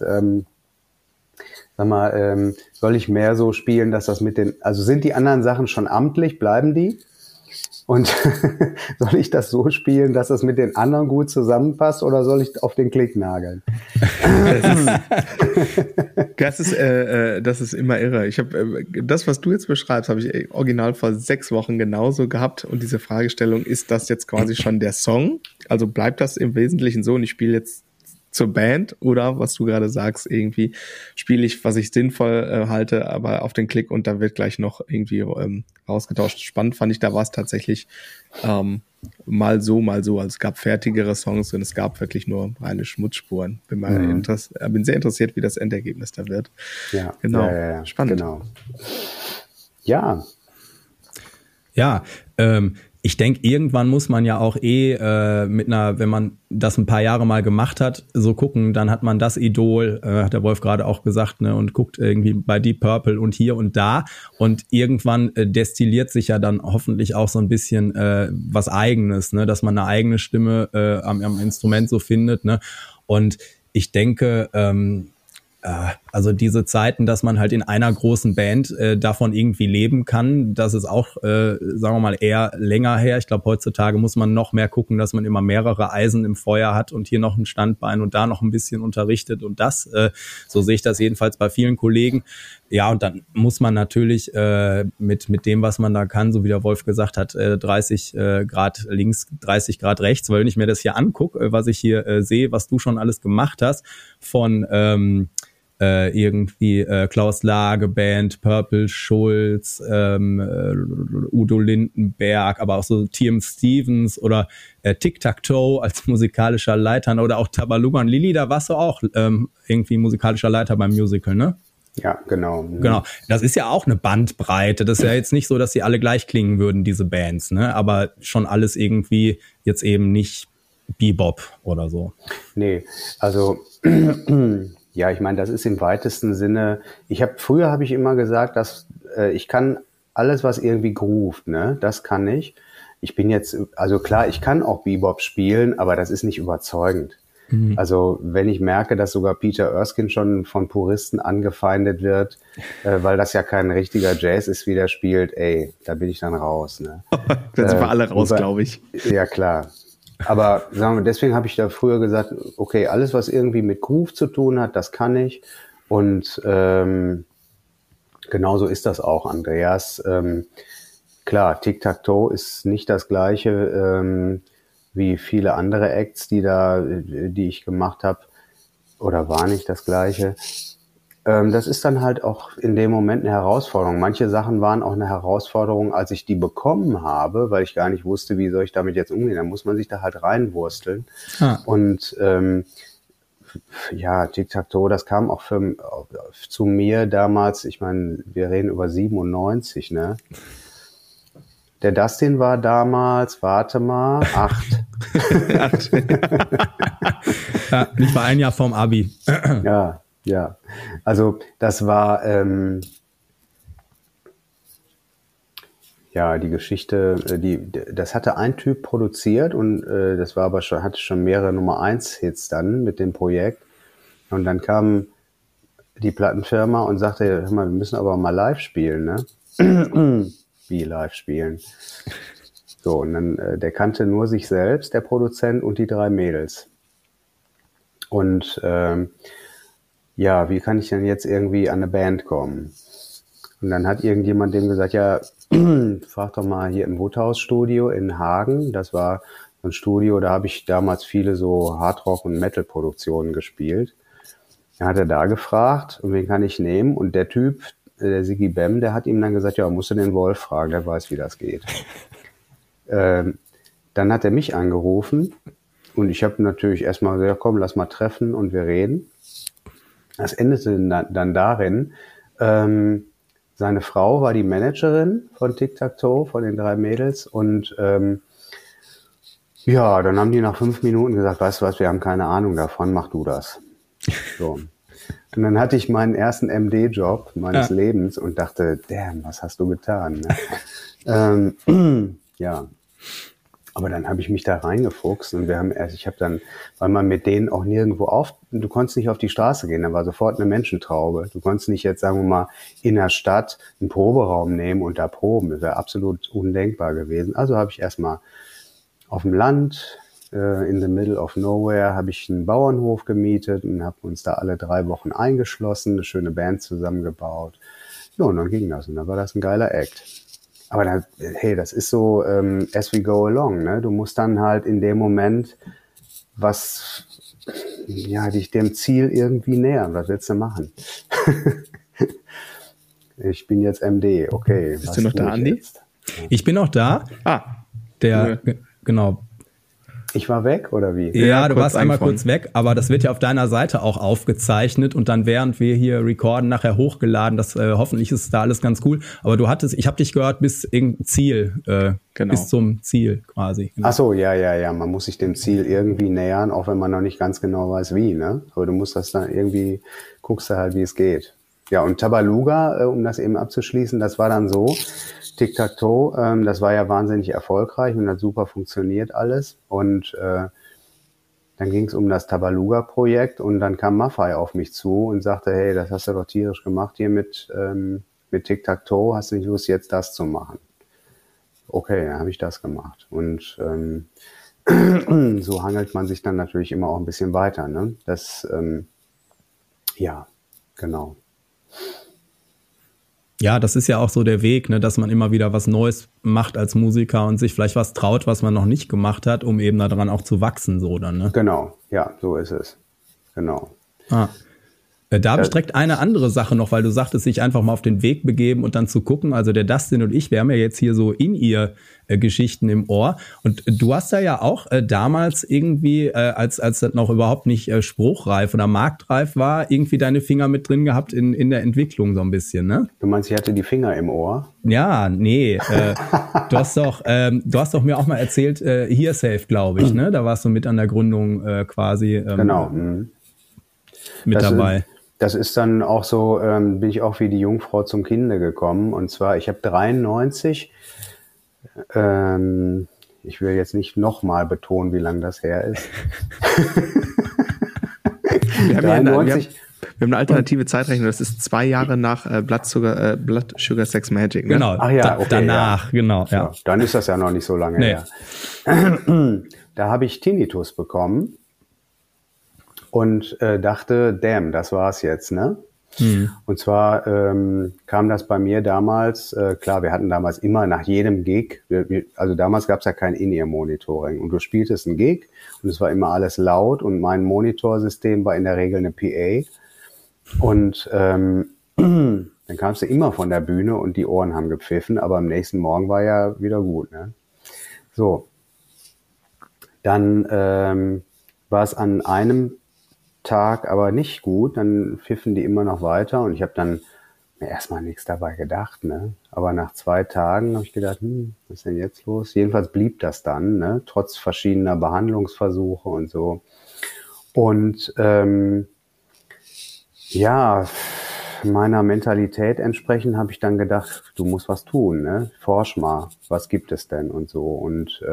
Speaker 3: soll ich mehr so spielen, dass das also sind die anderen Sachen schon amtlich, bleiben die? Und soll ich das so spielen, dass das mit den anderen gut zusammenpasst, oder soll ich auf den Klick nageln?
Speaker 1: Das ist immer irre. Ich habe das, was du jetzt beschreibst, habe ich original vor 6 Wochen genauso gehabt. Und diese Fragestellung, ist das jetzt quasi schon der Song? Also bleibt das im Wesentlichen so und ich spiele jetzt zur Band, oder was du gerade sagst, irgendwie spiele ich, was ich sinnvoll halte, aber auf den Klick und da wird gleich noch irgendwie rausgetauscht. Spannend fand ich, da war es tatsächlich mal so. Also es gab fertigere Songs und es gab wirklich nur reine Schmutzspuren. Bin sehr interessiert, wie das Endergebnis da wird.
Speaker 3: Ja,
Speaker 1: genau.
Speaker 3: Ja.
Speaker 1: Spannend.
Speaker 3: Genau. Ja.
Speaker 2: Ja, ich denke, irgendwann muss man ja auch wenn man das ein paar Jahre mal gemacht hat, so gucken, dann hat man das Idol, hat der Wolf gerade auch gesagt, ne, und guckt irgendwie bei Deep Purple und hier und da. Und irgendwann destilliert sich ja dann hoffentlich auch so ein bisschen was Eigenes, ne, dass man eine eigene Stimme am Instrument so findet, ne. Und ich denke, also diese Zeiten, dass man halt in einer großen Band davon irgendwie leben kann, das ist auch, sagen wir mal, eher länger her. Ich glaube, heutzutage muss man noch mehr gucken, dass man immer mehrere Eisen im Feuer hat und hier noch ein Standbein und da noch ein bisschen unterrichtet und das. So sehe ich das jedenfalls bei vielen Kollegen. Ja, und dann muss man natürlich mit dem, was man da kann, so wie der Wolf gesagt hat, 30 Grad links, 30 Grad rechts, weil wenn ich mir das hier angucke, was ich hier sehe, was du schon alles gemacht hast, von Klaus Lage Band, Purple Schulz, Udo Lindenberg, aber auch so TM Stevens oder Tic-Tac-Toe als musikalischer Leiter oder auch Tabaluga und Lili, da warst du auch irgendwie musikalischer Leiter beim Musical, ne?
Speaker 3: Ja, genau.
Speaker 2: Genau. Das ist ja auch eine Bandbreite. Das ist ja jetzt nicht so, dass sie alle gleich klingen würden, diese Bands, ne? Aber schon alles irgendwie jetzt eben nicht Bebop oder so.
Speaker 3: Nee, also ja, ich meine, das ist im weitesten Sinne, früher habe ich immer gesagt, dass ich kann alles, was irgendwie groovt, ne, das kann ich. Ich bin jetzt, also klar, ich kann auch Bebop spielen, aber das ist nicht überzeugend. Mhm. Also wenn ich merke, dass sogar Peter Erskine schon von Puristen angefeindet wird, weil das ja kein richtiger Jazz ist, wie der spielt, da bin ich dann raus, ne.
Speaker 1: Da sind wir alle raus, glaube ich.
Speaker 3: Ja, klar. Aber sagen wir, deswegen habe ich da früher gesagt, okay, alles, was irgendwie mit Groove zu tun hat, das kann ich. Und genauso ist das auch, Andreas. Klar, Tic-Tac-Toe ist nicht das Gleiche wie viele andere Acts, die ich gemacht habe. oder war nicht das Gleiche. Das ist dann halt auch in dem Moment eine Herausforderung. Manche Sachen waren auch eine Herausforderung, als ich die bekommen habe, weil ich gar nicht wusste, wie soll ich damit jetzt umgehen. Da muss man sich da halt reinwursteln. Und ja, Tic-Tac-Toe, das kam auch zu mir damals, ich meine, wir reden über 97, ne? Der Dustin war damals, warte mal, 8.
Speaker 2: Ja, nicht mal ein Jahr vorm Abi.
Speaker 3: Ja. Also das war ja die Geschichte, das hatte ein Typ produziert und das war aber hatte schon mehrere Nummer 1 Hits dann mit dem Projekt. Und dann kam die Plattenfirma und sagte, hör mal, wir müssen aber mal live spielen, ne? Wie live spielen? So, und dann, der kannte nur sich selbst, der Produzent und die 3 Mädels. Und ja, wie kann ich denn jetzt irgendwie an eine Band kommen? Und dann hat irgendjemand dem gesagt, ja, frag doch mal hier im Woodhouse-Studio in Hagen. Das war so ein Studio, da habe ich damals viele so Hardrock- und Metal-Produktionen gespielt. Dann hat er da gefragt, und wen kann ich nehmen? Und der Typ, der Siggi Bem, der hat ihm dann gesagt, ja, musst du den Wolf fragen, der weiß, wie das geht. Dann hat er mich angerufen und ich habe natürlich erstmal gesagt, komm, lass mal treffen und wir reden. Das endete dann darin, seine Frau war die Managerin von Tic-Tac-Toe, von den 3 Mädels und ja, dann haben die nach 5 Minuten gesagt, weißt du was, wir haben keine Ahnung davon, mach du das. So. Und dann hatte ich meinen ersten MD-Job meines Lebens und dachte, damn, was hast du getan? Ne? Ja, aber dann habe ich mich da reingefuchst und ich habe dann, weil man mit denen auch nirgendwo du konntest nicht auf die Straße gehen, da war sofort eine Menschentraube. Du konntest nicht jetzt, sagen wir mal, in der Stadt einen Proberaum nehmen und da proben. Das wäre absolut undenkbar gewesen. Also habe ich erstmal auf dem Land, in the middle of nowhere, habe ich einen Bauernhof gemietet und habe uns da alle 3 Wochen eingeschlossen, eine schöne Band zusammengebaut. Ja, und dann ging das und dann war das ein geiler Act. Aber dann, hey, das ist so as we go along, ne? Du musst dann halt in dem Moment dich dem Ziel irgendwie nähern. Was willst du machen? Ich bin jetzt MD, okay.
Speaker 1: Bist du noch da, Andi?
Speaker 2: Ich bin noch da. Genau.
Speaker 3: Ich war weg, oder wie?
Speaker 2: Ja, du warst einmal kurz weg, aber das wird ja auf deiner Seite auch aufgezeichnet und dann, während wir hier recorden, nachher hochgeladen. Das hoffentlich ist da alles ganz cool. Aber ich habe dich gehört bis irgendein Ziel, bis zum Ziel quasi.
Speaker 3: Genau. Ach so, ja. Man muss sich dem Ziel irgendwie nähern, auch wenn man noch nicht ganz genau weiß, wie, ne? Aber du musst das dann irgendwie, guckst du halt, wie es geht. Ja, und Tabaluga, um das eben abzuschließen, das war dann so, Tic-Tac-Toe, das war ja wahnsinnig erfolgreich und hat super funktioniert alles. Und dann ging es um das Tabaluga-Projekt und dann kam Maffei auf mich zu und sagte, hey, das hast du doch tierisch gemacht hier mit Tic-Tac-Toe, hast du nicht Lust, jetzt das zu machen? Okay, dann habe ich das gemacht. Und so hangelt man sich dann natürlich immer auch ein bisschen weiter, ne? Das, ja, genau.
Speaker 2: Ja, das ist ja auch so der Weg, ne, dass man immer wieder was Neues macht als Musiker und sich vielleicht was traut, was man noch nicht gemacht hat, um eben daran auch zu wachsen, so dann, ne?
Speaker 3: Genau, ja, so ist es. Genau.
Speaker 2: Da habe ich direkt eine andere Sache noch, weil du sagtest, sich einfach mal auf den Weg begeben und dann zu gucken. Also der Dustin und ich, wir haben ja jetzt hier so In-Ear-Geschichten im Ohr. Und du hast ja auch damals irgendwie, als das noch überhaupt nicht spruchreif oder marktreif war, irgendwie deine Finger mit drin gehabt in der Entwicklung so ein bisschen, ne?
Speaker 3: Du meinst, ich hatte die Finger im Ohr?
Speaker 2: Ja, nee. Du hast doch mir auch mal erzählt, Here Safe, glaube ich, ne? Da warst du mit an der Gründung quasi
Speaker 3: genau.
Speaker 2: Mit dabei.
Speaker 3: Das ist dann auch so, bin ich auch wie die Jungfrau zum Kinde gekommen. Und zwar, ich habe 93, ich will jetzt nicht nochmal betonen, wie lange das her ist.
Speaker 1: Wir haben eine alternative Zeitrechnung, das ist 2 Jahre nach Blood Sugar Sex Magic. Ne?
Speaker 2: Genau,
Speaker 3: ach ja, okay,
Speaker 2: danach, ja. Genau.
Speaker 3: Ja. So, dann ist das ja noch nicht so lange her. Da habe ich Tinnitus bekommen. Und dachte, damn, das war's jetzt, ne? Und zwar kam das bei mir damals, klar, wir hatten damals immer nach jedem Gig, also damals gab es ja kein In-Ear-Monitoring und du spieltest einen Gig und es war immer alles laut und mein Monitorsystem war in der Regel eine PA und dann kamst du immer von der Bühne und die Ohren haben gepfiffen, aber am nächsten Morgen war ja wieder gut. Ne? So, dann war es an einem Tag aber nicht gut, dann pfiffen die immer noch weiter und ich habe dann mir erstmal nichts dabei gedacht, ne? Aber nach 2 Tagen habe ich gedacht, was ist denn jetzt los? Jedenfalls blieb das dann, ne? Trotz verschiedener Behandlungsversuche und so. Und meiner Mentalität entsprechend habe ich dann gedacht, du musst was tun, ne? Forsch mal, was gibt es denn und so. Und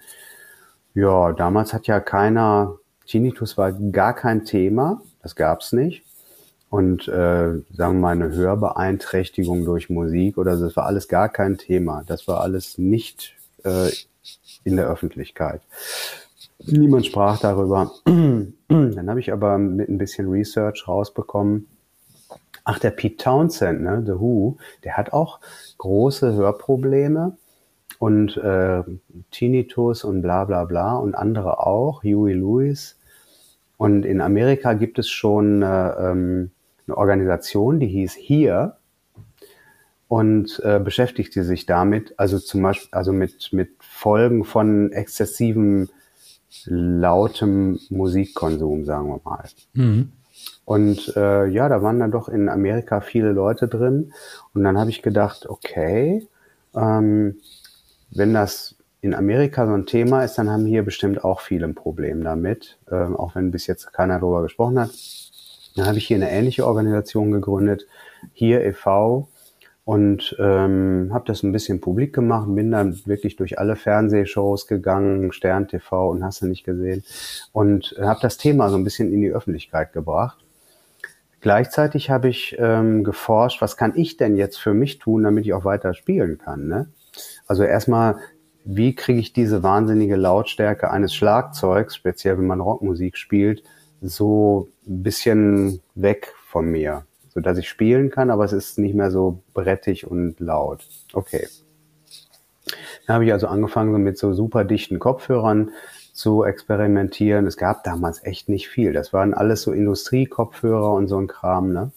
Speaker 3: damals hat ja keiner, Tinnitus war gar kein Thema, das gab's nicht. Und sagen wir mal, eine Hörbeeinträchtigung durch Musik oder so, das war alles gar kein Thema. Das war alles nicht in der Öffentlichkeit. Niemand sprach darüber. Dann habe ich aber mit ein bisschen Research rausbekommen, der Pete Townshend, ne, The Who, der hat auch große Hörprobleme und Tinnitus und bla bla bla und andere auch, Huey Lewis. Und in Amerika gibt es schon eine Organisation, die hieß HEAR und beschäftigte sich damit, also zum Beispiel mit Folgen von exzessivem lautem Musikkonsum, sagen wir mal. Mhm. Und da waren dann doch in Amerika viele Leute drin. Und dann habe ich gedacht, okay, wenn das in Amerika so ein Thema ist, dann haben hier bestimmt auch viele ein Problem damit, auch wenn bis jetzt keiner darüber gesprochen hat. Dann habe ich hier eine ähnliche Organisation gegründet, HEAR e.V., und habe das ein bisschen publik gemacht, bin dann wirklich durch alle Fernsehshows gegangen, Stern TV und hast du nicht gesehen, und habe das Thema so ein bisschen in die Öffentlichkeit gebracht. Gleichzeitig habe ich geforscht, was kann ich denn jetzt für mich tun, damit ich auch weiter spielen kann, ne? Also erstmal, wie kriege ich diese wahnsinnige Lautstärke eines Schlagzeugs, speziell wenn man Rockmusik spielt, so ein bisschen weg von mir, so dass ich spielen kann, aber es ist nicht mehr so brettig und laut. Okay. Dann habe ich also angefangen, so mit so super dichten Kopfhörern zu experimentieren. Es gab damals echt nicht viel. Das waren alles so Industriekopfhörer und so ein Kram, ne?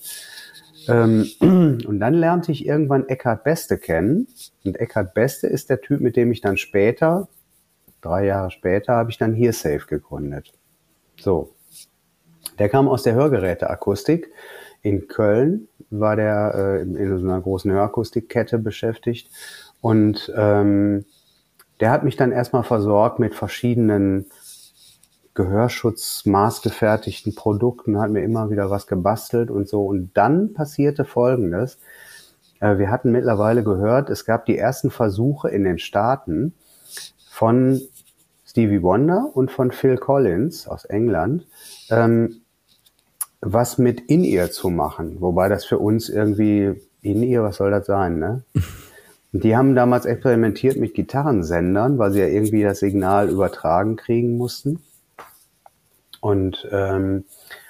Speaker 3: Und dann lernte ich irgendwann Eckhard Beste kennen. Und Eckhard Beste ist der Typ, mit dem ich dann später, 3 Jahre später, habe ich dann HearSafe gegründet. So. Der kam aus der Hörgeräteakustik. In Köln war der in so einer großen Hörakustikkette beschäftigt. Und der hat mich dann erstmal versorgt mit verschiedenen Gehörschutz maßgefertigten Produkten, hat mir immer wieder was gebastelt und so. Und dann passierte Folgendes. Wir hatten mittlerweile gehört, es gab die ersten Versuche in den Staaten von Stevie Wonder und von Phil Collins aus England, was mit In-Ear zu machen. Wobei das für uns irgendwie, In-Ear, was soll das sein, ne? Und die haben damals experimentiert mit Gitarrensendern, weil sie ja irgendwie das Signal übertragen kriegen mussten. Und dann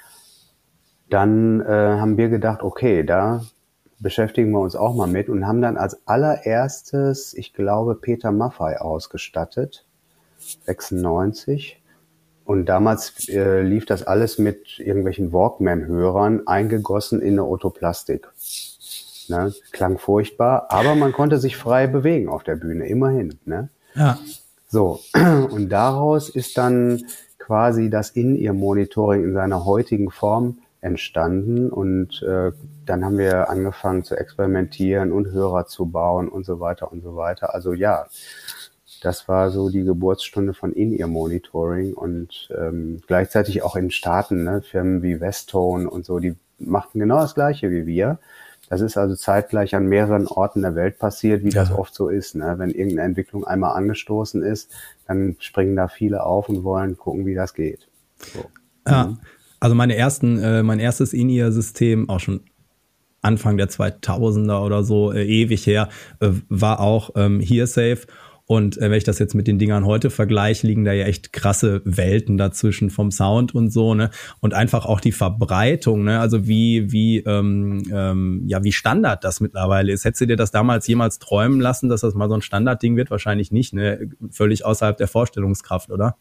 Speaker 3: haben wir gedacht, okay, da beschäftigen wir uns auch mal mit, und haben dann als allererstes, ich glaube, Peter Maffay ausgestattet, 96. Und damals lief das alles mit irgendwelchen Walkman-Hörern eingegossen in eine Otoplastik. Ne? Klang furchtbar, aber man konnte sich frei bewegen auf der Bühne, immerhin. Ne?
Speaker 2: Ja.
Speaker 3: So, und daraus ist dann quasi das In-Ear-Monitoring in seiner heutigen Form entstanden, und dann haben wir angefangen zu experimentieren und Hörer zu bauen und so weiter und so weiter. Also ja, das war so die Geburtsstunde von In-Ear-Monitoring, und gleichzeitig auch in Staaten, ne, Firmen wie Westone und so, die machten genau das Gleiche wie wir. Das ist also zeitgleich an mehreren Orten der Welt passiert, wie das oft so ist. Ne? Wenn irgendeine Entwicklung einmal angestoßen ist, dann springen da viele auf und wollen gucken, wie das geht. So.
Speaker 2: Ja, also mein erstes In-Ear-System, auch schon Anfang der 2000er oder so, ewig her, war auch HearSafe. Und wenn ich das jetzt mit den Dingern heute vergleiche, liegen da ja echt krasse Welten dazwischen vom Sound und so, ne? Und einfach auch die Verbreitung, ne? Also wie Standard das mittlerweile ist. Hättest du dir das damals jemals träumen lassen, dass das mal so ein Standardding wird? Wahrscheinlich nicht, ne? Völlig außerhalb der Vorstellungskraft, oder?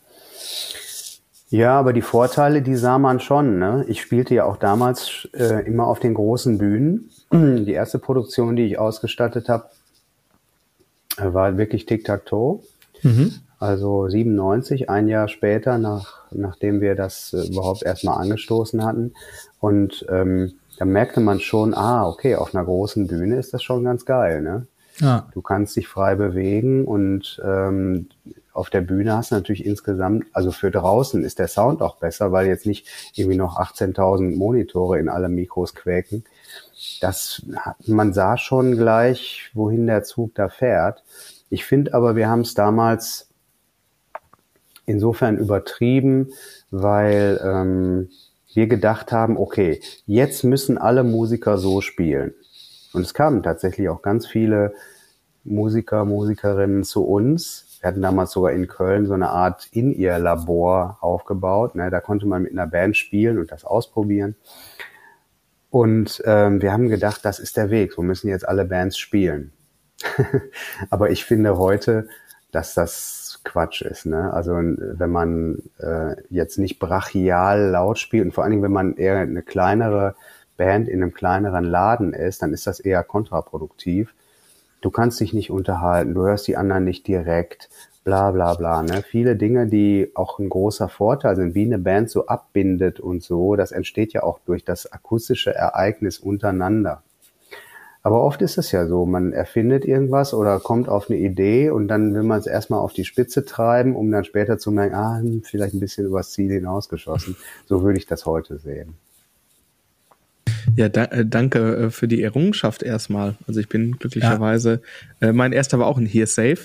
Speaker 3: Ja, aber die Vorteile, die sah man schon, ne? Ich spielte ja auch damals immer auf den großen Bühnen. Die erste Produktion, die ich ausgestattet habe, war wirklich Tic-Tac-Toe. Also 97, ein Jahr später, nachdem wir das überhaupt erstmal angestoßen hatten. Und da merkte man schon, okay, auf einer großen Bühne ist das schon ganz geil, ne? Ja. Du kannst dich frei bewegen und auf der Bühne hast du natürlich insgesamt, also für draußen ist der Sound auch besser, weil jetzt nicht irgendwie noch 18.000 Monitore in alle Mikros quäken. Man sah schon gleich, wohin der Zug da fährt. Ich finde aber, wir haben es damals insofern übertrieben, weil wir gedacht haben, okay, jetzt müssen alle Musiker so spielen. Und es kamen tatsächlich auch ganz viele Musiker, Musikerinnen zu uns. Wir hatten damals sogar in Köln so eine Art In-Ear-Labor aufgebaut. Ne? Da konnte man mit einer Band spielen und das ausprobieren. Und wir haben gedacht, das ist der Weg. So müssen jetzt alle Bands spielen. Aber ich finde heute, dass das Quatsch ist. Ne? Also wenn man jetzt nicht brachial laut spielt und vor allen Dingen, wenn man eher eine kleinere Band in einem kleineren Laden ist, dann ist das eher kontraproduktiv. Du kannst dich nicht unterhalten, du hörst die anderen nicht direkt, bla bla bla. Ne? Viele Dinge, die auch ein großer Vorteil sind, wie eine Band so abbindet und so, das entsteht ja auch durch das akustische Ereignis untereinander. Aber oft ist es ja so, man erfindet irgendwas oder kommt auf eine Idee und dann will man es erstmal auf die Spitze treiben, um dann später zu merken, vielleicht ein bisschen übers Ziel hinausgeschossen. So würde ich das heute sehen.
Speaker 1: Ja, danke für die Errungenschaft erstmal. Also ich bin glücklicherweise, mein erster war auch ein Here Safe.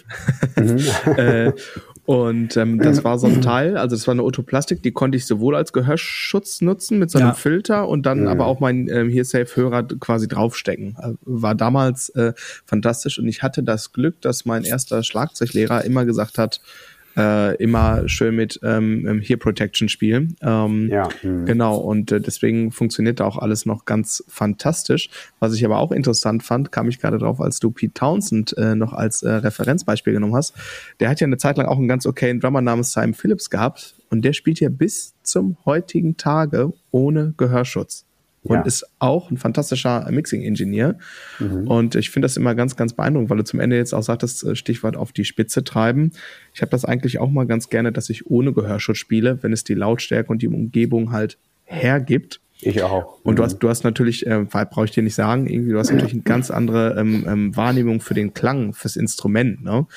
Speaker 1: Und das war so ein Teil, also das war eine Otoplastik, die konnte ich sowohl als Gehörschutz nutzen mit so einem Filter und dann aber auch meinen Here Safe Hörer quasi draufstecken. War damals fantastisch und ich hatte das Glück, dass mein erster Schlagzeuglehrer immer gesagt hat, immer schön mit Ear Protection spielen. Genau, und deswegen funktioniert da auch alles noch ganz fantastisch. Was ich aber auch interessant fand, kam ich gerade drauf, als du Pete Townsend noch als Referenzbeispiel genommen hast. Der hat ja eine Zeit lang auch einen ganz okayen Drummer namens Simon Phillips gehabt und der spielt ja bis zum heutigen Tage ohne Gehörschutz. Und ist auch ein fantastischer Mixing-Ingenieur. Und ich finde das immer ganz, ganz beeindruckend, weil du zum Ende jetzt auch sagtest, Stichwort auf die Spitze treiben. Ich habe das eigentlich auch mal ganz gerne, dass ich ohne Gehörschutz spiele, wenn es die Lautstärke und die Umgebung halt hergibt.
Speaker 3: Ich auch.
Speaker 1: Und du hast natürlich, brauche ich dir nicht sagen, irgendwie, du hast natürlich eine ganz andere Wahrnehmung für den Klang, fürs Instrument, ne?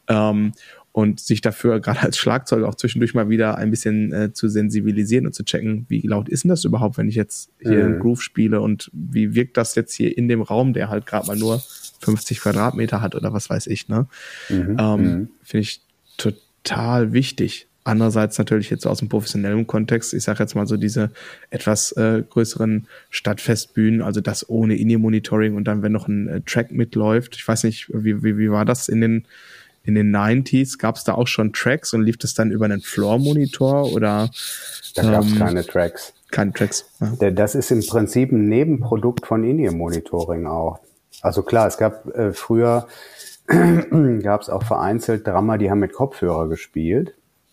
Speaker 1: Und sich dafür gerade als Schlagzeuger auch zwischendurch mal wieder ein bisschen zu sensibilisieren und zu checken, wie laut ist denn das überhaupt, wenn ich jetzt hier einen Groove spiele und wie wirkt das jetzt hier in dem Raum, der halt gerade mal nur 50 Quadratmeter hat oder was weiß ich, ne? Finde ich total wichtig. Andererseits natürlich jetzt aus dem professionellen Kontext, ich sage jetzt mal so diese etwas größeren Stadtfestbühnen, also das ohne In-Ear-Monitoring und dann, wenn noch ein Track mitläuft, ich weiß nicht, wie war das in den 90s? Gab es da auch schon Tracks und lief das dann über einen Floor-Monitor oder?
Speaker 3: Da gab es keine Tracks.
Speaker 1: Keine Tracks. Ja.
Speaker 3: Das ist im Prinzip ein Nebenprodukt von In-Ear-Monitoring auch. Also klar, es gab früher gab es auch vereinzelt Drummer, die haben mit Kopfhörer gespielt.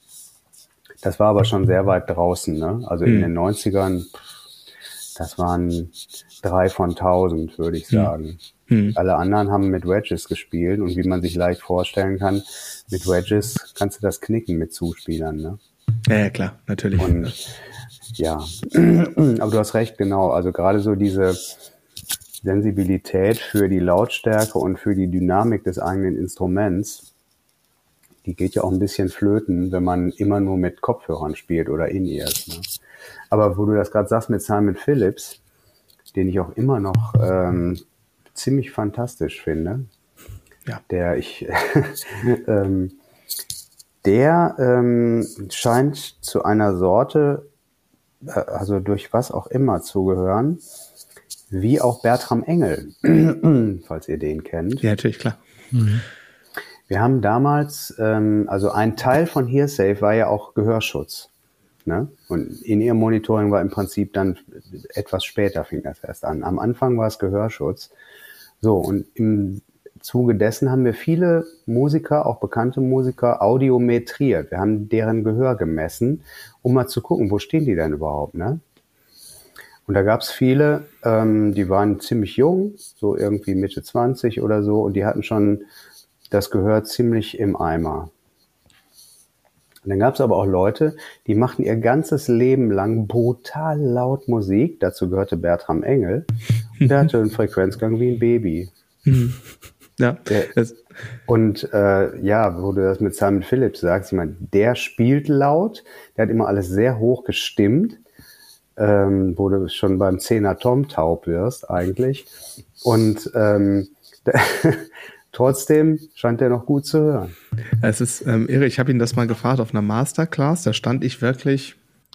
Speaker 3: Das war aber schon sehr weit draußen, ne? Also in den 90ern, das waren 3 von 1000, würde ich sagen. Alle anderen haben mit Wedges gespielt und wie man sich leicht vorstellen kann, mit Wedges kannst du das knicken mit Zuspielern, ne?
Speaker 1: Ja, klar, natürlich.
Speaker 3: Und ja, aber du hast recht, genau. Also gerade so diese Sensibilität für die Lautstärke und für die Dynamik des eigenen Instruments, die geht ja auch ein bisschen flöten, wenn man immer nur mit Kopfhörern spielt oder In-Ears, ne? Aber wo du das gerade sagst mit Simon Phillips, den ich auch immer noch ziemlich fantastisch finde. Ja. Der scheint zu einer Sorte, also durch was auch immer zu gehören, wie auch Bertram Engel, falls ihr den kennt.
Speaker 1: Ja, natürlich, klar.
Speaker 3: Wir haben damals, also ein Teil von HearSafe war ja auch Gehörschutz. Ne? Und In-Ear-Monitoring war im Prinzip dann etwas später, fing das erst an. Am Anfang war es Gehörschutz. So, und im Zuge dessen haben wir viele Musiker, auch bekannte Musiker, audiometriert. Wir haben deren Gehör gemessen, um mal zu gucken, wo stehen die denn überhaupt, ne? Und da gab es viele, die waren ziemlich jung, so irgendwie Mitte 20 oder so, und die hatten schon das Gehör ziemlich im Eimer. Und dann gab es aber auch Leute, die machten ihr ganzes Leben lang brutal laut Musik. Dazu gehörte Bertram Engel. Und der hatte einen Frequenzgang wie ein Baby.
Speaker 1: Ja.
Speaker 3: Und wo du das mit Simon Phillips sagst, ich meine, der spielt laut, der hat immer alles sehr hoch gestimmt, wo du schon beim 10er Tom taub wirst eigentlich. Und trotzdem scheint er noch gut zu hören.
Speaker 1: Es ist irre, ich habe ihn das mal gefragt auf einer Masterclass, da stand ich wirklich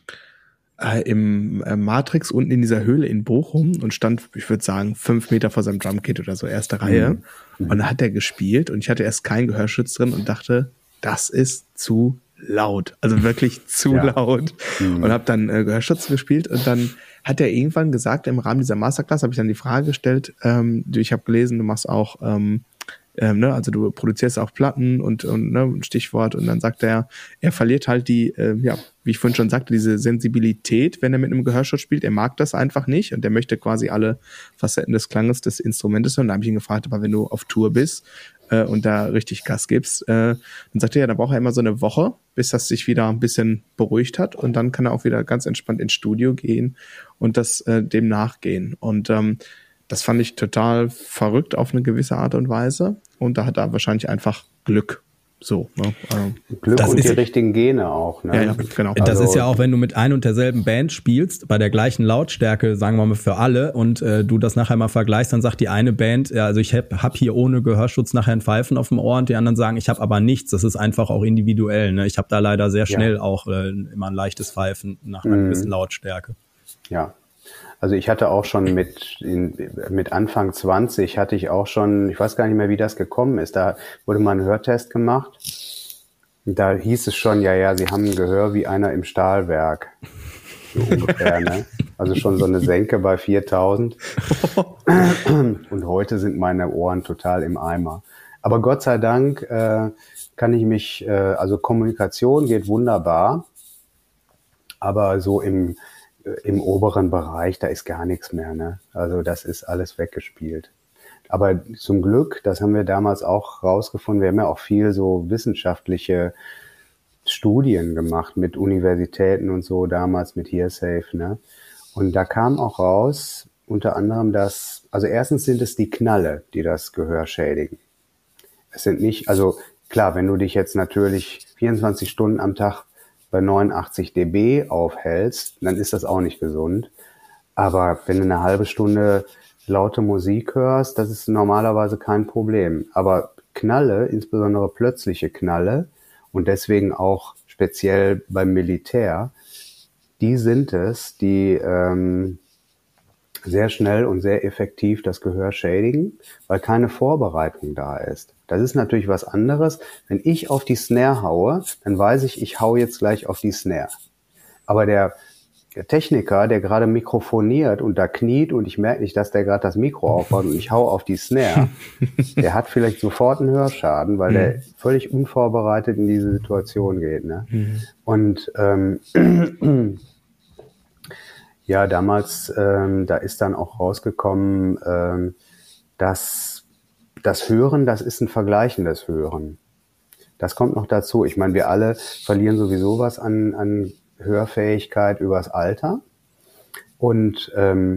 Speaker 1: im Matrix unten in dieser Höhle in Bochum und stand, ich würde sagen, 5 Meter vor seinem Drumkit oder so, erste Reihe. Und da hat er gespielt und ich hatte erst keinen Gehörschutz drin und dachte, das ist zu laut, also wirklich zu laut. Und habe dann Gehörschutz gespielt und dann hat er irgendwann gesagt, im Rahmen dieser Masterclass habe ich dann die Frage gestellt, ich habe gelesen, du machst auch also du produzierst auch Platten und ein Stichwort, und dann sagt er verliert halt die, wie ich vorhin schon sagte, diese Sensibilität, wenn er mit einem Gehörschutz spielt. Er mag das einfach nicht und er möchte quasi alle Facetten des Klanges des Instrumentes. Und da habe ich ihn gefragt, aber wenn du auf Tour bist und da richtig Gas gibst, dann sagt er, dann braucht er immer so eine Woche, bis das sich wieder ein bisschen beruhigt hat, und dann kann er auch wieder ganz entspannt ins Studio gehen und das dem nachgehen. Und das fand ich total verrückt auf eine gewisse Art und Weise. Und da hat er wahrscheinlich einfach Glück. So, ne?
Speaker 3: Glück das und die richtigen Gene auch. Ne?
Speaker 2: Ja, genau. Das ist ja auch, wenn du mit ein und derselben Band spielst, bei der gleichen Lautstärke, sagen wir mal für alle, und du das nachher mal vergleichst, dann sagt die eine Band, ja, also ich hab hier ohne Gehörschutz nachher ein Pfeifen auf dem Ohr, und die anderen sagen, ich habe aber nichts. Das ist einfach auch individuell. Ne? Ich habe da leider sehr schnell auch immer ein leichtes Pfeifen nach einer gewissen Lautstärke.
Speaker 3: Ja. Also ich hatte auch schon mit Anfang 20 hatte ich auch schon, ich weiß gar nicht mehr, wie das gekommen ist, da wurde mal ein Hörtest gemacht. Und da hieß es schon, ja, sie haben ein Gehör wie einer im Stahlwerk. So ungefähr, ne? Also schon so eine Senke bei 4000. Und heute sind meine Ohren total im Eimer. Aber Gott sei Dank kann ich mich, also Kommunikation geht wunderbar, aber so im oberen Bereich, da ist gar nichts mehr, ne? Also das ist alles weggespielt. Aber zum Glück, das haben wir damals auch rausgefunden, wir haben ja auch viel so wissenschaftliche Studien gemacht mit Universitäten und so, damals mit HearSafe, ne? Und da kam auch raus, unter anderem, also erstens sind es die Knalle, die das Gehör schädigen. Es sind nicht, also klar, wenn du dich jetzt natürlich 24 Stunden am Tag bei 89 dB aufhältst, dann ist das auch nicht gesund. Aber wenn du eine halbe Stunde laute Musik hörst, das ist normalerweise kein Problem. Aber Knalle, insbesondere plötzliche Knalle, und deswegen auch speziell beim Militär, die sind es, die sehr schnell und sehr effektiv das Gehör schädigen, weil keine Vorbereitung da ist. Das ist natürlich was anderes. Wenn ich auf die Snare haue, dann weiß ich hau jetzt gleich auf die Snare. Aber der Techniker, der gerade mikrofoniert und da kniet und ich merke nicht, dass der gerade das Mikro aufbaut und ich hau auf die Snare, der hat vielleicht sofort einen Hörschaden, weil der völlig unvorbereitet in diese Situation geht. Ne? Und ja, damals, da ist dann auch rausgekommen, dass das Hören, das ist ein vergleichendes Hören. Das kommt noch dazu. Ich meine, wir alle verlieren sowieso was an Hörfähigkeit übers Alter. Und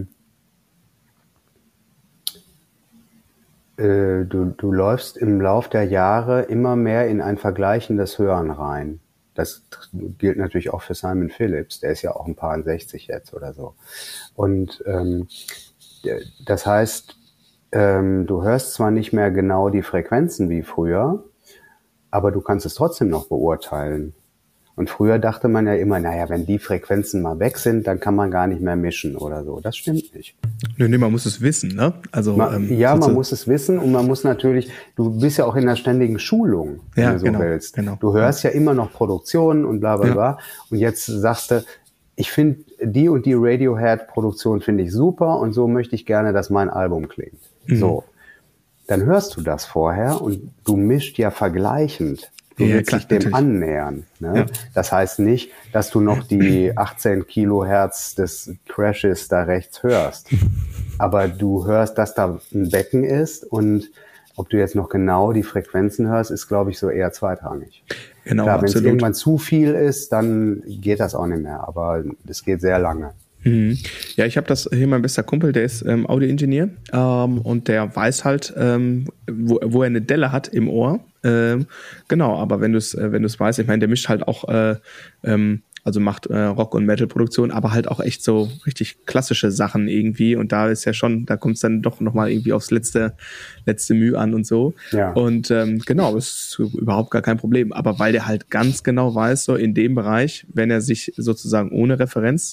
Speaker 3: du läufst im Lauf der Jahre immer mehr in ein vergleichendes Hören rein. Das gilt natürlich auch für Simon Phillips. Der ist ja auch ein paar 60 jetzt oder so. Und das heißt, du hörst zwar nicht mehr genau die Frequenzen wie früher, aber du kannst es trotzdem noch beurteilen. Und früher dachte man ja immer, naja, wenn die Frequenzen mal weg sind, dann kann man gar nicht mehr mischen oder so. Das stimmt nicht.
Speaker 1: Nee, man muss es wissen, ne? Also
Speaker 3: man muss es wissen und man muss natürlich, du bist ja auch in einer ständigen Schulung, wenn du so willst.
Speaker 1: Genau.
Speaker 3: Du hörst ja immer noch Produktionen und bla bla bla. Und jetzt sagst du, ich finde die und die Radiohead-Produktion finde ich super und so möchte ich gerne, dass mein Album klingt. So. Dann hörst du das vorher und du mischt ja vergleichend. Du willst dich dem annähern. Ne? Ja. Das heißt nicht, dass du noch die 18 Kilohertz des Crashes da rechts hörst. Aber du hörst, dass da ein Becken ist und ob du jetzt noch genau die Frequenzen hörst, ist, glaube ich, so eher zweitrangig.
Speaker 1: Genau,
Speaker 3: klar, wenn es irgendwann zu viel ist, dann geht das auch nicht mehr. Aber es geht sehr lange.
Speaker 1: Ja, ich habe das hier, mein bester Kumpel, der ist Audioingenieur und der weiß halt, wo er eine Delle hat im Ohr. Genau, aber wenn du es weißt, ich meine, der mischt halt auch, also macht Rock- und Metal-Produktion, aber halt auch echt so richtig klassische Sachen irgendwie und da ist ja schon, da kommt es dann doch nochmal irgendwie aufs letzte Mühe an und so. Ja. Und genau, ist überhaupt gar kein Problem. Aber weil der halt ganz genau weiß, so in dem Bereich, wenn er sich sozusagen ohne Referenz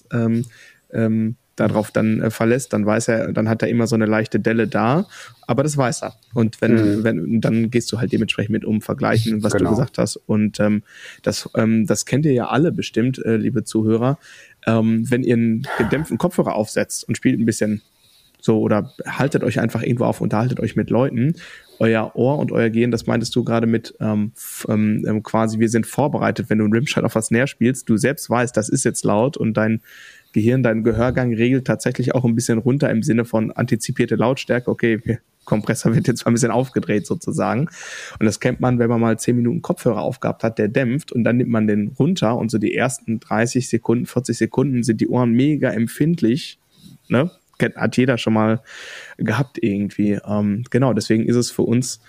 Speaker 1: darauf dann verlässt, dann weiß er, dann hat er immer so eine leichte Delle da, aber das weiß er. Und wenn dann gehst du halt dementsprechend mit vergleichen, was du gesagt hast. Und das kennt ihr ja alle bestimmt, liebe Zuhörer. Wenn ihr einen gedämpften Kopfhörer aufsetzt und spielt ein bisschen so oder haltet euch einfach irgendwo auf, unterhaltet euch mit Leuten, euer Ohr und euer Gehirn, das meintest du gerade mit quasi, wir sind vorbereitet, wenn du einen Rimshot auf was näher spielst, du selbst weißt, das ist jetzt laut und dein Gehirn, dein Gehörgang regelt tatsächlich auch ein bisschen runter im Sinne von antizipierte Lautstärke. Okay, Kompressor wird jetzt mal ein bisschen aufgedreht sozusagen. Und das kennt man, wenn man mal 10 Minuten Kopfhörer aufgehabt hat, der dämpft und dann nimmt man den runter und so die ersten 30 Sekunden, 40 Sekunden sind die Ohren mega empfindlich, ne? Hat jeder schon mal gehabt irgendwie. Genau, deswegen ist es für uns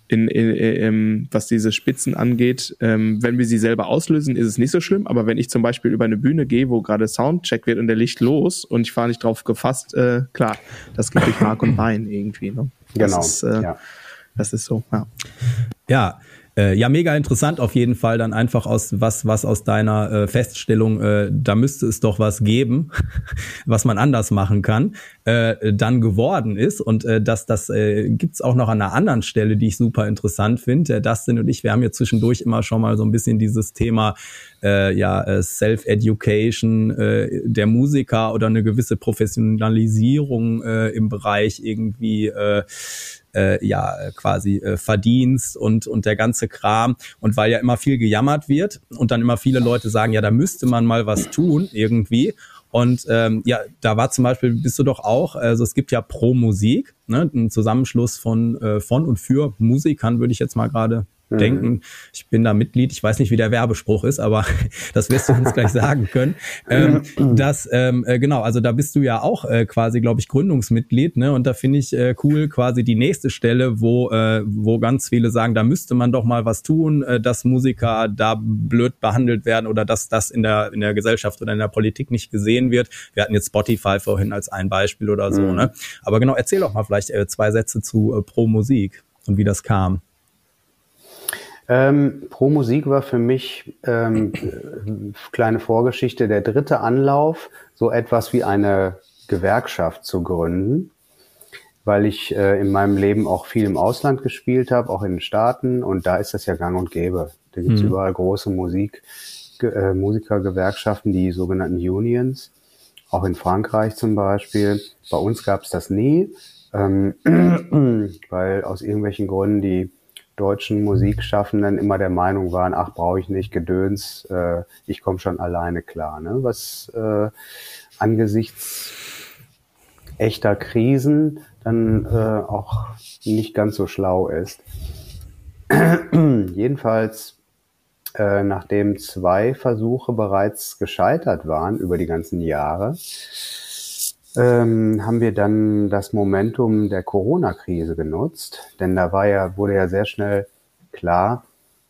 Speaker 1: was diese Spitzen angeht, wenn wir sie selber auslösen, ist es nicht so schlimm, aber wenn ich zum Beispiel über eine Bühne gehe, wo gerade Soundcheck wird und der Licht los und ich war nicht drauf gefasst, klar, das geht durch Mark und Bein irgendwie. Ne? Das ist so, ja.
Speaker 2: Ja. Ja, mega interessant auf jeden Fall dann einfach was aus deiner Feststellung, da müsste es doch was geben, was man anders machen kann, dann geworden ist und das gibt's auch noch an einer anderen Stelle, die ich super interessant finde. Dustin und ich, wir haben ja zwischendurch immer schon mal so ein bisschen dieses Thema Self-Education der Musiker oder eine gewisse Professionalisierung im Bereich irgendwie quasi Verdienst und der ganze Kram. Und weil ja immer viel gejammert wird und dann immer viele Leute sagen, ja, da müsste man mal was tun irgendwie. Und da war zum Beispiel, bist du doch auch, also es gibt ja Pro Musik, ne, ein Zusammenschluss von und für Musikern, würde ich jetzt mal gerade denken. Ich bin da Mitglied, ich weiß nicht, wie der Werbespruch ist, aber das wirst du uns gleich sagen können. Genau, also da bist du ja auch quasi, glaube ich, Gründungsmitglied, ne? Und da finde ich cool quasi die nächste Stelle, wo ganz viele sagen, da müsste man doch mal was tun, dass Musiker da blöd behandelt werden oder dass das in der Gesellschaft oder in der Politik nicht gesehen wird. Wir hatten jetzt Spotify vorhin als ein Beispiel oder so, ne? Aber genau, erzähl doch mal vielleicht 2 Sätze zu Pro Musik und wie das kam.
Speaker 3: Pro Musik war für mich, kleine Vorgeschichte, der 3. Anlauf, so etwas wie eine Gewerkschaft zu gründen, weil ich in meinem Leben auch viel im Ausland gespielt habe, auch in den Staaten, und da ist das ja gang und gäbe. Da gibt's überall große Musikergewerkschaften, die sogenannten Unions, auch in Frankreich zum Beispiel. Bei uns gab's das nie, weil aus irgendwelchen Gründen die deutschen Musikschaffenden immer der Meinung waren, ach, brauche ich nicht, Gedöns, ich komme schon alleine klar. Ne? Was angesichts echter Krisen dann auch nicht ganz so schlau ist. Jedenfalls, nachdem 2 Versuche bereits gescheitert waren über die ganzen Jahre, haben wir dann das Momentum der Corona-Krise genutzt, denn da wurde ja sehr schnell klar,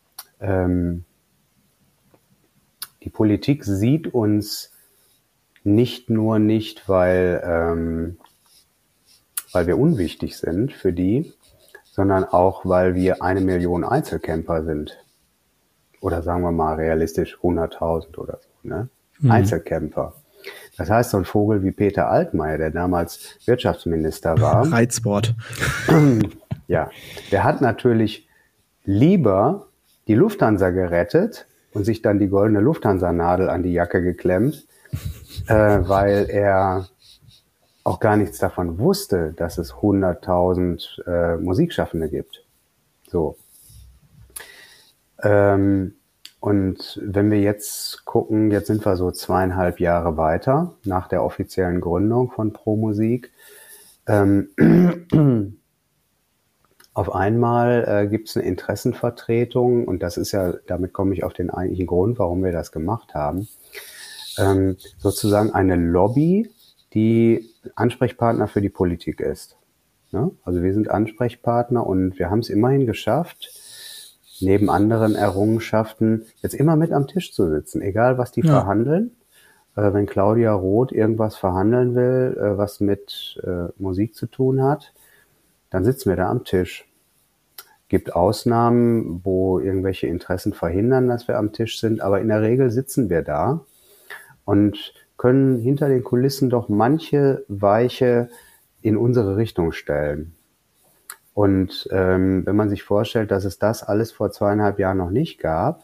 Speaker 3: die Politik sieht uns nicht nur nicht, weil wir unwichtig sind für die, sondern auch, weil wir 1 Million Einzelcamper sind. Oder sagen wir mal realistisch 100.000 oder so, ne? Einzelkämpfer. Das heißt, so ein Vogel wie Peter Altmaier, der damals Wirtschaftsminister war.
Speaker 1: Reizwort.
Speaker 3: Ja, der hat natürlich lieber die Lufthansa gerettet und sich dann die goldene Lufthansa-Nadel an die Jacke geklemmt, weil er auch gar nichts davon wusste, dass es 100.000 Musikschaffende gibt. So. Und wenn wir jetzt gucken, jetzt sind wir so 2,5 Jahre weiter nach der offiziellen Gründung von ProMusik. Auf einmal gibt es eine Interessenvertretung und das ist ja, damit komme ich auf den eigentlichen Grund, warum wir das gemacht haben. Sozusagen eine Lobby, die Ansprechpartner für die Politik ist. Ne? Also wir sind Ansprechpartner und wir haben es immerhin geschafft, neben anderen Errungenschaften jetzt immer mit am Tisch zu sitzen, egal was die verhandeln. Wenn Claudia Roth irgendwas verhandeln will, was mit Musik zu tun hat, dann sitzen wir da am Tisch. Gibt Ausnahmen, wo irgendwelche Interessen verhindern, dass wir am Tisch sind, aber in der Regel sitzen wir da und können hinter den Kulissen doch manche Weiche in unsere Richtung stellen. Und wenn man sich vorstellt, dass es das alles vor 2,5 Jahren noch nicht gab,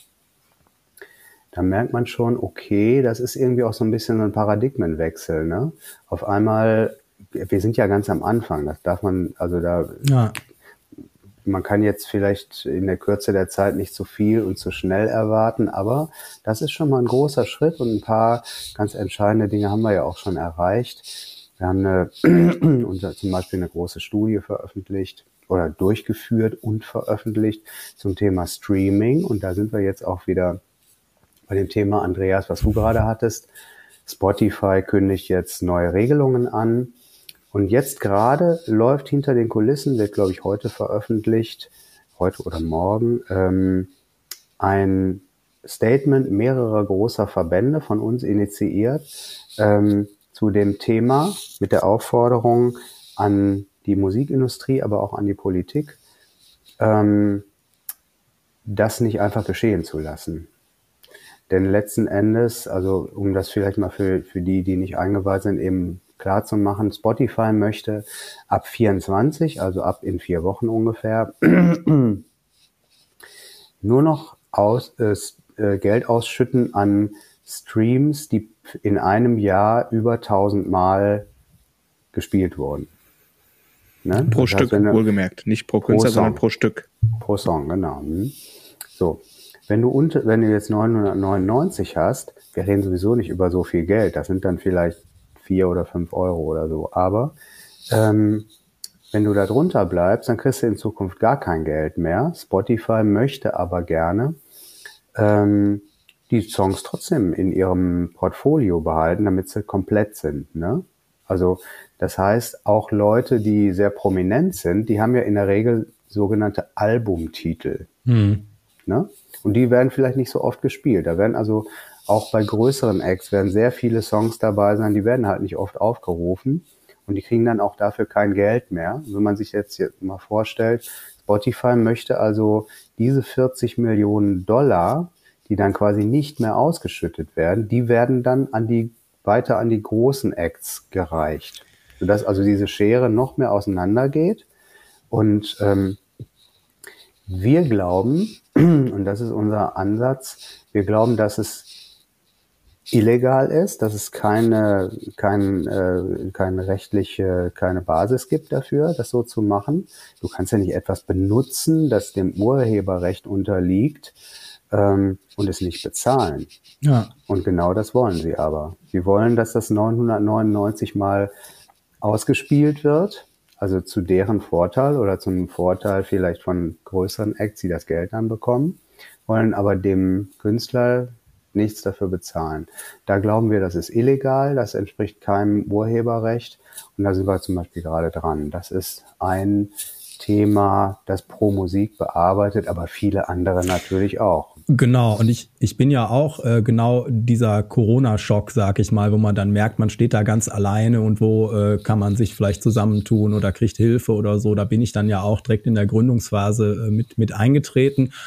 Speaker 3: dann merkt man schon, okay, das ist irgendwie auch so ein bisschen ein Paradigmenwechsel, ne? Auf einmal, wir sind ja ganz am Anfang, das darf man, also da, man kann jetzt vielleicht in der Kürze der Zeit nicht zu viel und zu schnell erwarten, aber das ist schon mal ein großer Schritt und ein paar ganz entscheidende Dinge haben wir ja auch schon erreicht. Wir haben zum Beispiel eine große Studie veröffentlicht oder durchgeführt und veröffentlicht zum Thema Streaming. Und da sind wir jetzt auch wieder bei dem Thema, Andreas, was du gerade hattest. Spotify kündigt jetzt neue Regelungen an. Und jetzt gerade läuft hinter den Kulissen, wird, glaube ich, heute veröffentlicht, heute oder morgen, ein Statement mehrerer großer Verbände von uns initiiert, zu dem Thema mit der Aufforderung an die Musikindustrie, aber auch an die Politik, das nicht einfach geschehen zu lassen. Denn letzten Endes, also um das vielleicht mal für die nicht eingeweiht sind, eben klar zu machen, Spotify möchte ab 24, also ab in 4 Wochen ungefähr, nur noch Geld ausschütten an Streams, die in einem Jahr über 1000 Mal gespielt wurden. Ne?
Speaker 1: Pro Stück, wohlgemerkt. Nicht pro Künstler, sondern pro Stück.
Speaker 3: Pro Song, genau. So, wenn du jetzt 999 hast, wir reden sowieso nicht über so viel Geld, das sind dann vielleicht 4 oder 5 Euro oder so, aber wenn du da drunter bleibst, dann kriegst du in Zukunft gar kein Geld mehr. Spotify möchte aber gerne die Songs trotzdem in ihrem Portfolio behalten, damit sie komplett sind, ne? Also das heißt, auch Leute, die sehr prominent sind, die haben ja in der Regel sogenannte Albumtitel. Ne? Und die werden vielleicht nicht so oft gespielt. Da werden also auch bei größeren Acts werden sehr viele Songs dabei sein, die werden halt nicht oft aufgerufen und die kriegen dann auch dafür kein Geld mehr. Wenn man sich jetzt mal vorstellt, Spotify möchte also diese $40 Millionen, die dann quasi nicht mehr ausgeschüttet werden, die werden dann weiter an die großen Acts gereicht, sodass also diese Schere noch mehr auseinander geht. Und wir glauben, und das ist unser Ansatz, wir glauben, dass es illegal ist, dass es keine rechtliche, keine Basis gibt dafür, das so zu machen. Du kannst ja nicht etwas benutzen, das dem Urheberrecht unterliegt, und es nicht bezahlen. Ja. Und genau das wollen sie aber. Sie wollen, dass das 999 Mal ausgespielt wird, also zu deren Vorteil oder zum Vorteil vielleicht von größeren Acts, die das Geld dann bekommen, wollen aber dem Künstler nichts dafür bezahlen. Da glauben wir, das ist illegal, das entspricht keinem Urheberrecht und da sind wir zum Beispiel gerade dran. Das ist ein Thema, das ProMusik bearbeitet, aber viele andere natürlich auch.
Speaker 2: Genau, und ich bin ja auch genau dieser Corona-Schock, sag ich mal, wo man dann merkt, man steht da ganz alleine und wo kann man sich vielleicht zusammentun oder kriegt Hilfe oder so. Da bin ich dann ja auch direkt in der Gründungsphase mit eingetreten.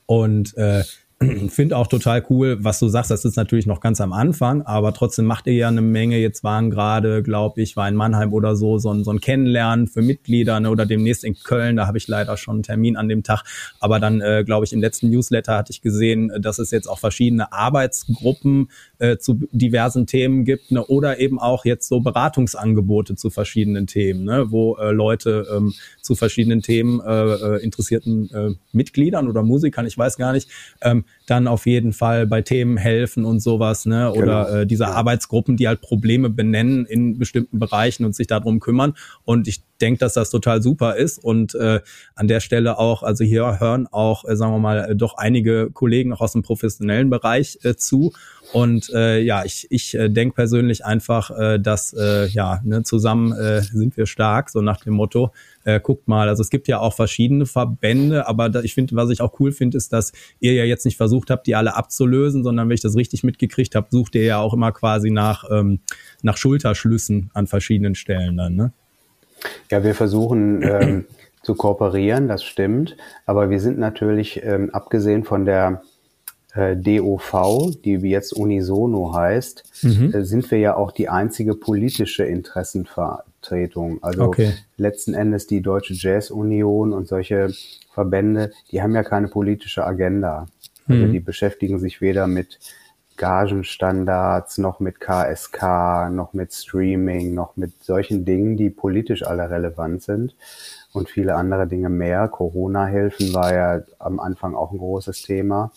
Speaker 2: Und finde auch total cool, was du sagst, das ist natürlich noch ganz am Anfang, aber trotzdem macht ihr ja eine Menge. Jetzt waren gerade, glaube ich, war in Mannheim oder so ein Kennenlernen für Mitglieder, ne, oder demnächst in Köln, da habe ich leider schon einen Termin an dem Tag. Aber dann, glaube ich, im letzten Newsletter hatte ich gesehen, dass es jetzt auch verschiedene Arbeitsgruppen zu diversen Themen gibt, ne, oder eben auch jetzt so Beratungsangebote zu verschiedenen Themen, ne, wo Leute zu verschiedenen Themen interessierten Mitgliedern oder Musikern, ich weiß gar nicht, dann auf jeden Fall bei Themen helfen und sowas, ne? Oder genau. Diese Arbeitsgruppen, die halt Probleme benennen in bestimmten Bereichen und sich darum kümmern. Und ich denke, dass das total super ist. Und an der Stelle auch, also hier hören auch, sagen wir mal, doch einige Kollegen auch aus dem professionellen Bereich zu. Und ich denke persönlich einfach, dass zusammen sind wir stark, so nach dem Motto. Guckt mal, also es gibt ja auch verschiedene Verbände, aber ich finde, was ich auch cool finde, ist, dass ihr ja jetzt nicht versucht habt, die alle abzulösen, sondern wenn ich das richtig mitgekriegt habe, sucht ihr ja auch immer quasi nach Schulterschlüssen an verschiedenen Stellen dann, ne?
Speaker 3: Ja, wir versuchen zu kooperieren, das stimmt, aber wir sind natürlich, abgesehen von der DOV, die jetzt unisono heißt, sind wir ja auch die einzige politische Interessenvertretung. Also letzten Endes die Deutsche Jazz-Union und solche Verbände, die haben ja keine politische Agenda. Also die beschäftigen sich weder mit Gagenstandards, noch mit KSK, noch mit Streaming, noch mit solchen Dingen, die politisch alle relevant sind und viele andere Dinge mehr. Corona-Hilfen war ja am Anfang auch ein großes Thema.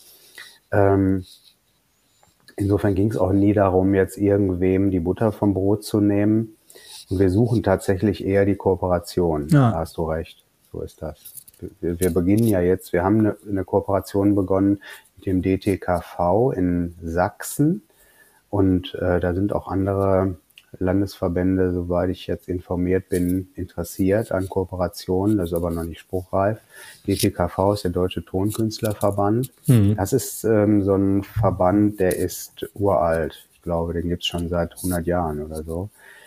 Speaker 3: Insofern ging es auch nie darum, jetzt irgendwem die Butter vom Brot zu nehmen. Und wir suchen tatsächlich eher die Kooperation. Ja. Da hast du recht. So ist das. Wir beginnen ja jetzt, wir haben eine Kooperation begonnen mit dem DTKV in Sachsen. Und da sind auch andere Landesverbände, soweit ich jetzt informiert bin, interessiert an Kooperationen. Das ist aber noch nicht spruchreif. DTKV ist der Deutsche Tonkünstlerverband. Das ist so ein Verband, der ist uralt. Ich glaube, den gibt's schon seit 100 Jahren oder so.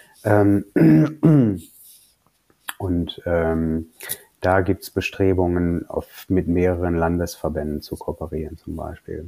Speaker 3: Da gibt's Bestrebungen, mit mehreren Landesverbänden zu kooperieren zum Beispiel.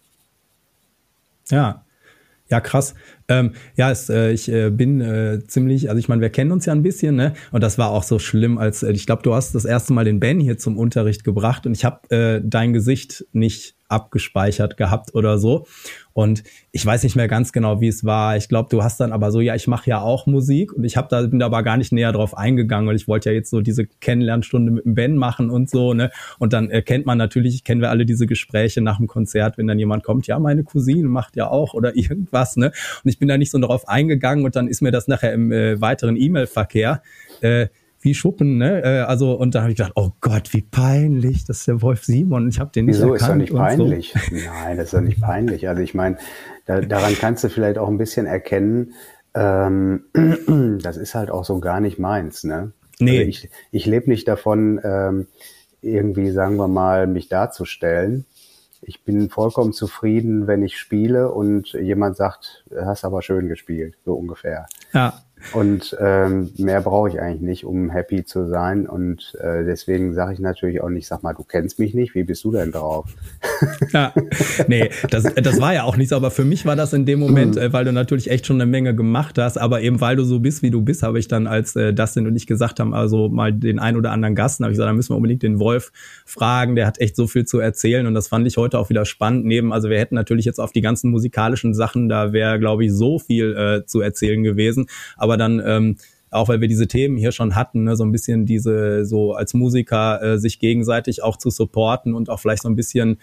Speaker 2: Ja, krass. Ich bin ziemlich, also ich meine, wir kennen uns ja ein bisschen, ne? Und das war auch so schlimm, als ich glaube, du hast das erste Mal den Ben hier zum Unterricht gebracht und ich habe dein Gesicht nicht abgespeichert gehabt oder so. Und ich weiß nicht mehr ganz genau, wie es war. Ich glaube, du hast dann aber so, ja, ich mache ja auch Musik und bin da aber gar nicht näher drauf eingegangen, weil ich wollte ja jetzt so diese Kennenlernstunde mit dem Ben machen und so, ne? Und dann kennen wir alle diese Gespräche nach dem Konzert, wenn dann jemand kommt, ja, meine Cousine macht ja auch oder irgendwas, ne? Und ich bin da nicht so drauf eingegangen und dann ist mir das nachher im weiteren E-Mail-Verkehr wie Schuppen, ne? Und da habe ich gedacht, oh Gott, wie peinlich, das ist der Wolf Simon. Ich habe den nicht erkannt.
Speaker 3: Wieso, ist doch nicht peinlich? So. Nein, das ist doch nicht peinlich. Also ich meine, daran kannst du vielleicht auch ein bisschen erkennen, das ist halt auch so gar nicht meins, ne?
Speaker 2: Nee.
Speaker 3: Also ich lebe nicht davon, irgendwie, sagen wir mal, mich darzustellen. Ich bin vollkommen zufrieden, wenn ich spiele und jemand sagt, hast aber schön gespielt, so ungefähr.
Speaker 2: Ja.
Speaker 3: Und mehr brauche ich eigentlich nicht, um happy zu sein. Und deswegen sage ich natürlich auch nicht, sag mal, du kennst mich nicht, wie bist du denn drauf?
Speaker 2: Ja, nee, das war ja auch nichts, aber für mich war das in dem Moment, weil du natürlich echt schon eine Menge gemacht hast, aber eben weil du so bist, wie du bist, habe ich dann, als Dustin und ich gesagt haben, also mal den ein oder anderen Gast, habe ich gesagt, da müssen wir unbedingt den Wolf fragen, der hat echt so viel zu erzählen und das fand ich heute auch wieder spannend. Also wir hätten natürlich jetzt auf die ganzen musikalischen Sachen, da wäre, glaube ich, so viel zu erzählen gewesen, aber dann auch weil wir diese Themen hier schon hatten, ne, so ein bisschen diese, so als Musiker sich gegenseitig auch zu supporten und auch vielleicht so ein bisschen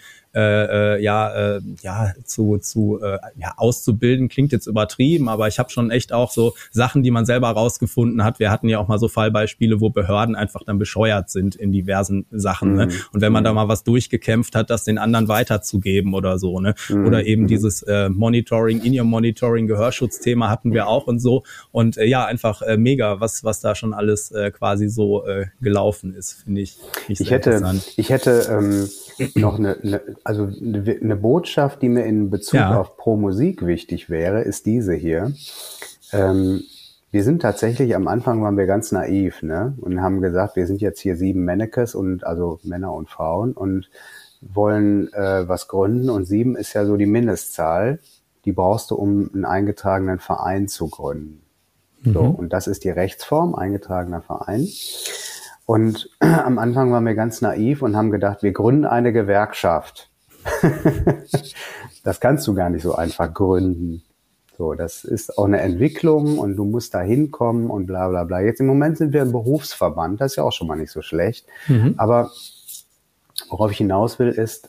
Speaker 2: auszubilden, klingt jetzt übertrieben, aber ich habe schon echt auch so Sachen, die man selber rausgefunden hat. Wir hatten ja auch mal so Fallbeispiele, wo Behörden einfach dann bescheuert sind in diversen Sachen, ne? Und wenn man da mal was durchgekämpft hat, das den anderen weiterzugeben oder so, ne? Oder eben dieses Monitoring, In-Ear-Monitoring, Gehörschutzthema hatten wir auch und so. Und einfach mega, was da schon alles quasi so gelaufen ist, finde ich interessant.
Speaker 3: Ich hätte noch eine Botschaft, die mir in Bezug auf Pro Musik wichtig wäre, ist diese hier. Wir sind tatsächlich, am Anfang waren wir ganz naiv, ne? Und haben gesagt, wir sind jetzt hier 7 Mannekes und also Männer und Frauen und wollen was gründen und 7 ist ja so die Mindestzahl, die brauchst du, um einen eingetragenen Verein zu gründen. So, und das ist die Rechtsform, eingetragener Verein. Und am Anfang waren wir ganz naiv und haben gedacht, wir gründen eine Gewerkschaft. Das kannst du gar nicht so einfach gründen. So, das ist auch eine Entwicklung und du musst da hinkommen und bla bla bla. Jetzt im Moment sind wir ein Berufsverband, das ist ja auch schon mal nicht so schlecht. Aber worauf ich hinaus will, ist,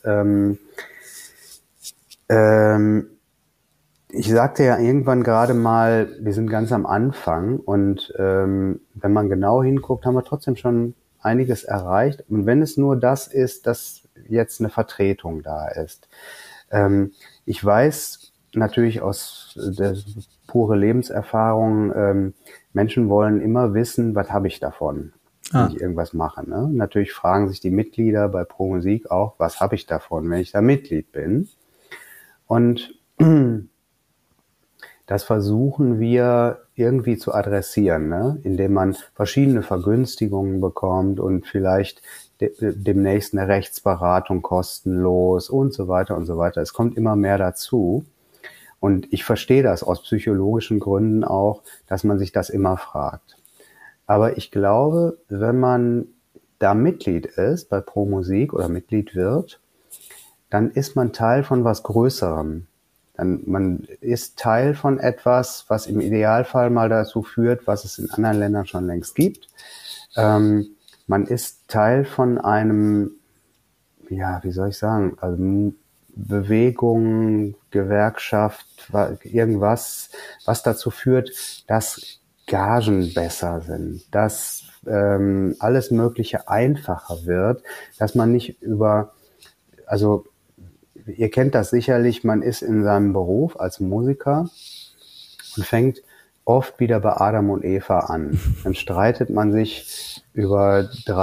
Speaker 3: ich sagte ja irgendwann gerade mal, wir sind ganz am Anfang und wenn man genau hinguckt, haben wir trotzdem schon einiges erreicht. Und wenn es nur das ist, dass jetzt eine Vertretung da ist. Ich weiß natürlich aus der pure Lebenserfahrung, Menschen wollen immer wissen, was habe ich davon, wenn ich irgendwas mache. Ne? Natürlich fragen sich die Mitglieder bei Pro Musik auch, was habe ich davon, wenn ich da Mitglied bin? Und das versuchen wir irgendwie zu adressieren, ne? Indem man verschiedene Vergünstigungen bekommt und vielleicht demnächst eine Rechtsberatung kostenlos und so weiter und so weiter. Es kommt immer mehr dazu. Und ich verstehe das aus psychologischen Gründen auch, dass man sich das immer fragt. Aber ich glaube, wenn man da Mitglied ist bei Pro Musik oder Mitglied wird, dann ist man Teil von was Größerem. Man ist Teil von etwas, was im Idealfall mal dazu führt, was es in anderen Ländern schon längst gibt. Man ist Teil von einem, ja, wie soll ich sagen, also Bewegung, Gewerkschaft, irgendwas, was dazu führt, dass Gagen besser sind, dass alles Mögliche einfacher wird, dass man nicht also ihr kennt das sicherlich, man ist in seinem Beruf als Musiker und fängt oft wieder bei Adam und Eva an. Dann streitet man sich über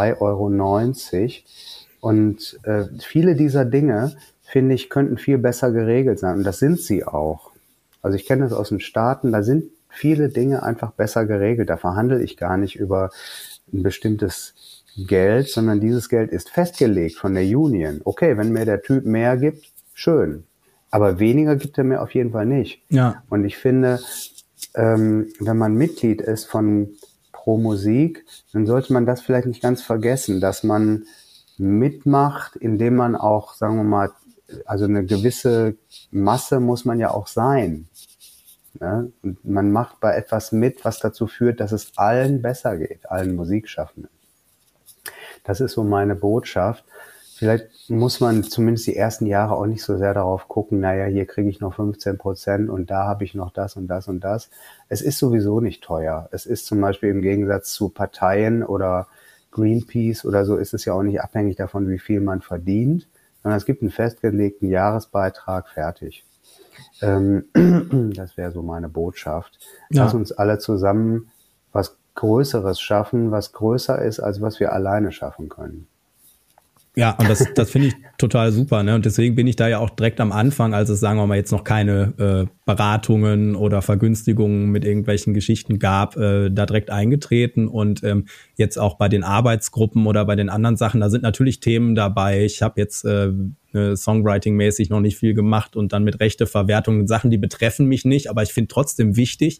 Speaker 3: 3,90 € und viele dieser Dinge, finde ich, könnten viel besser geregelt sein. Und das sind sie auch. Also ich kenne das aus den Staaten, da sind viele Dinge einfach besser geregelt. Da verhandle ich gar nicht über ein bestimmtes Geld, sondern dieses Geld ist festgelegt von der Union. Okay, wenn mir der Typ mehr gibt, schön. Aber weniger gibt er mir auf jeden Fall nicht.
Speaker 2: Ja.
Speaker 3: Und ich finde, wenn man Mitglied ist von Pro Musik, dann sollte man das vielleicht nicht ganz vergessen, dass man mitmacht, indem man auch, sagen wir mal, also eine gewisse Masse muss man ja auch sein. Ne? Und man macht bei etwas mit, was dazu führt, dass es allen besser geht, allen Musikschaffenden. Das ist so meine Botschaft. Vielleicht muss man zumindest die ersten Jahre auch nicht so sehr darauf gucken, naja, hier kriege ich noch 15% und da habe ich noch das und das und das. Es ist sowieso nicht teuer. Es ist zum Beispiel im Gegensatz zu Parteien oder Greenpeace oder so, ist es ja auch nicht abhängig davon, wie viel man verdient, sondern es gibt einen festgelegten Jahresbeitrag, fertig. Das wäre so meine Botschaft.
Speaker 2: Ja.
Speaker 3: Lass uns alle zusammen was Größeres schaffen, was größer ist, als was wir alleine schaffen können.
Speaker 2: Ja, und das finde ich total super, ne? Und deswegen bin ich da ja auch direkt am Anfang, als es, sagen wir mal, jetzt noch keine Beratungen oder Vergünstigungen mit irgendwelchen Geschichten gab, da direkt eingetreten. Und jetzt auch bei den Arbeitsgruppen oder bei den anderen Sachen, da sind natürlich Themen dabei. Ich habe jetzt Songwriting-mäßig noch nicht viel gemacht und dann mit Rechteverwertung Sachen, die betreffen mich nicht, aber ich finde trotzdem wichtig,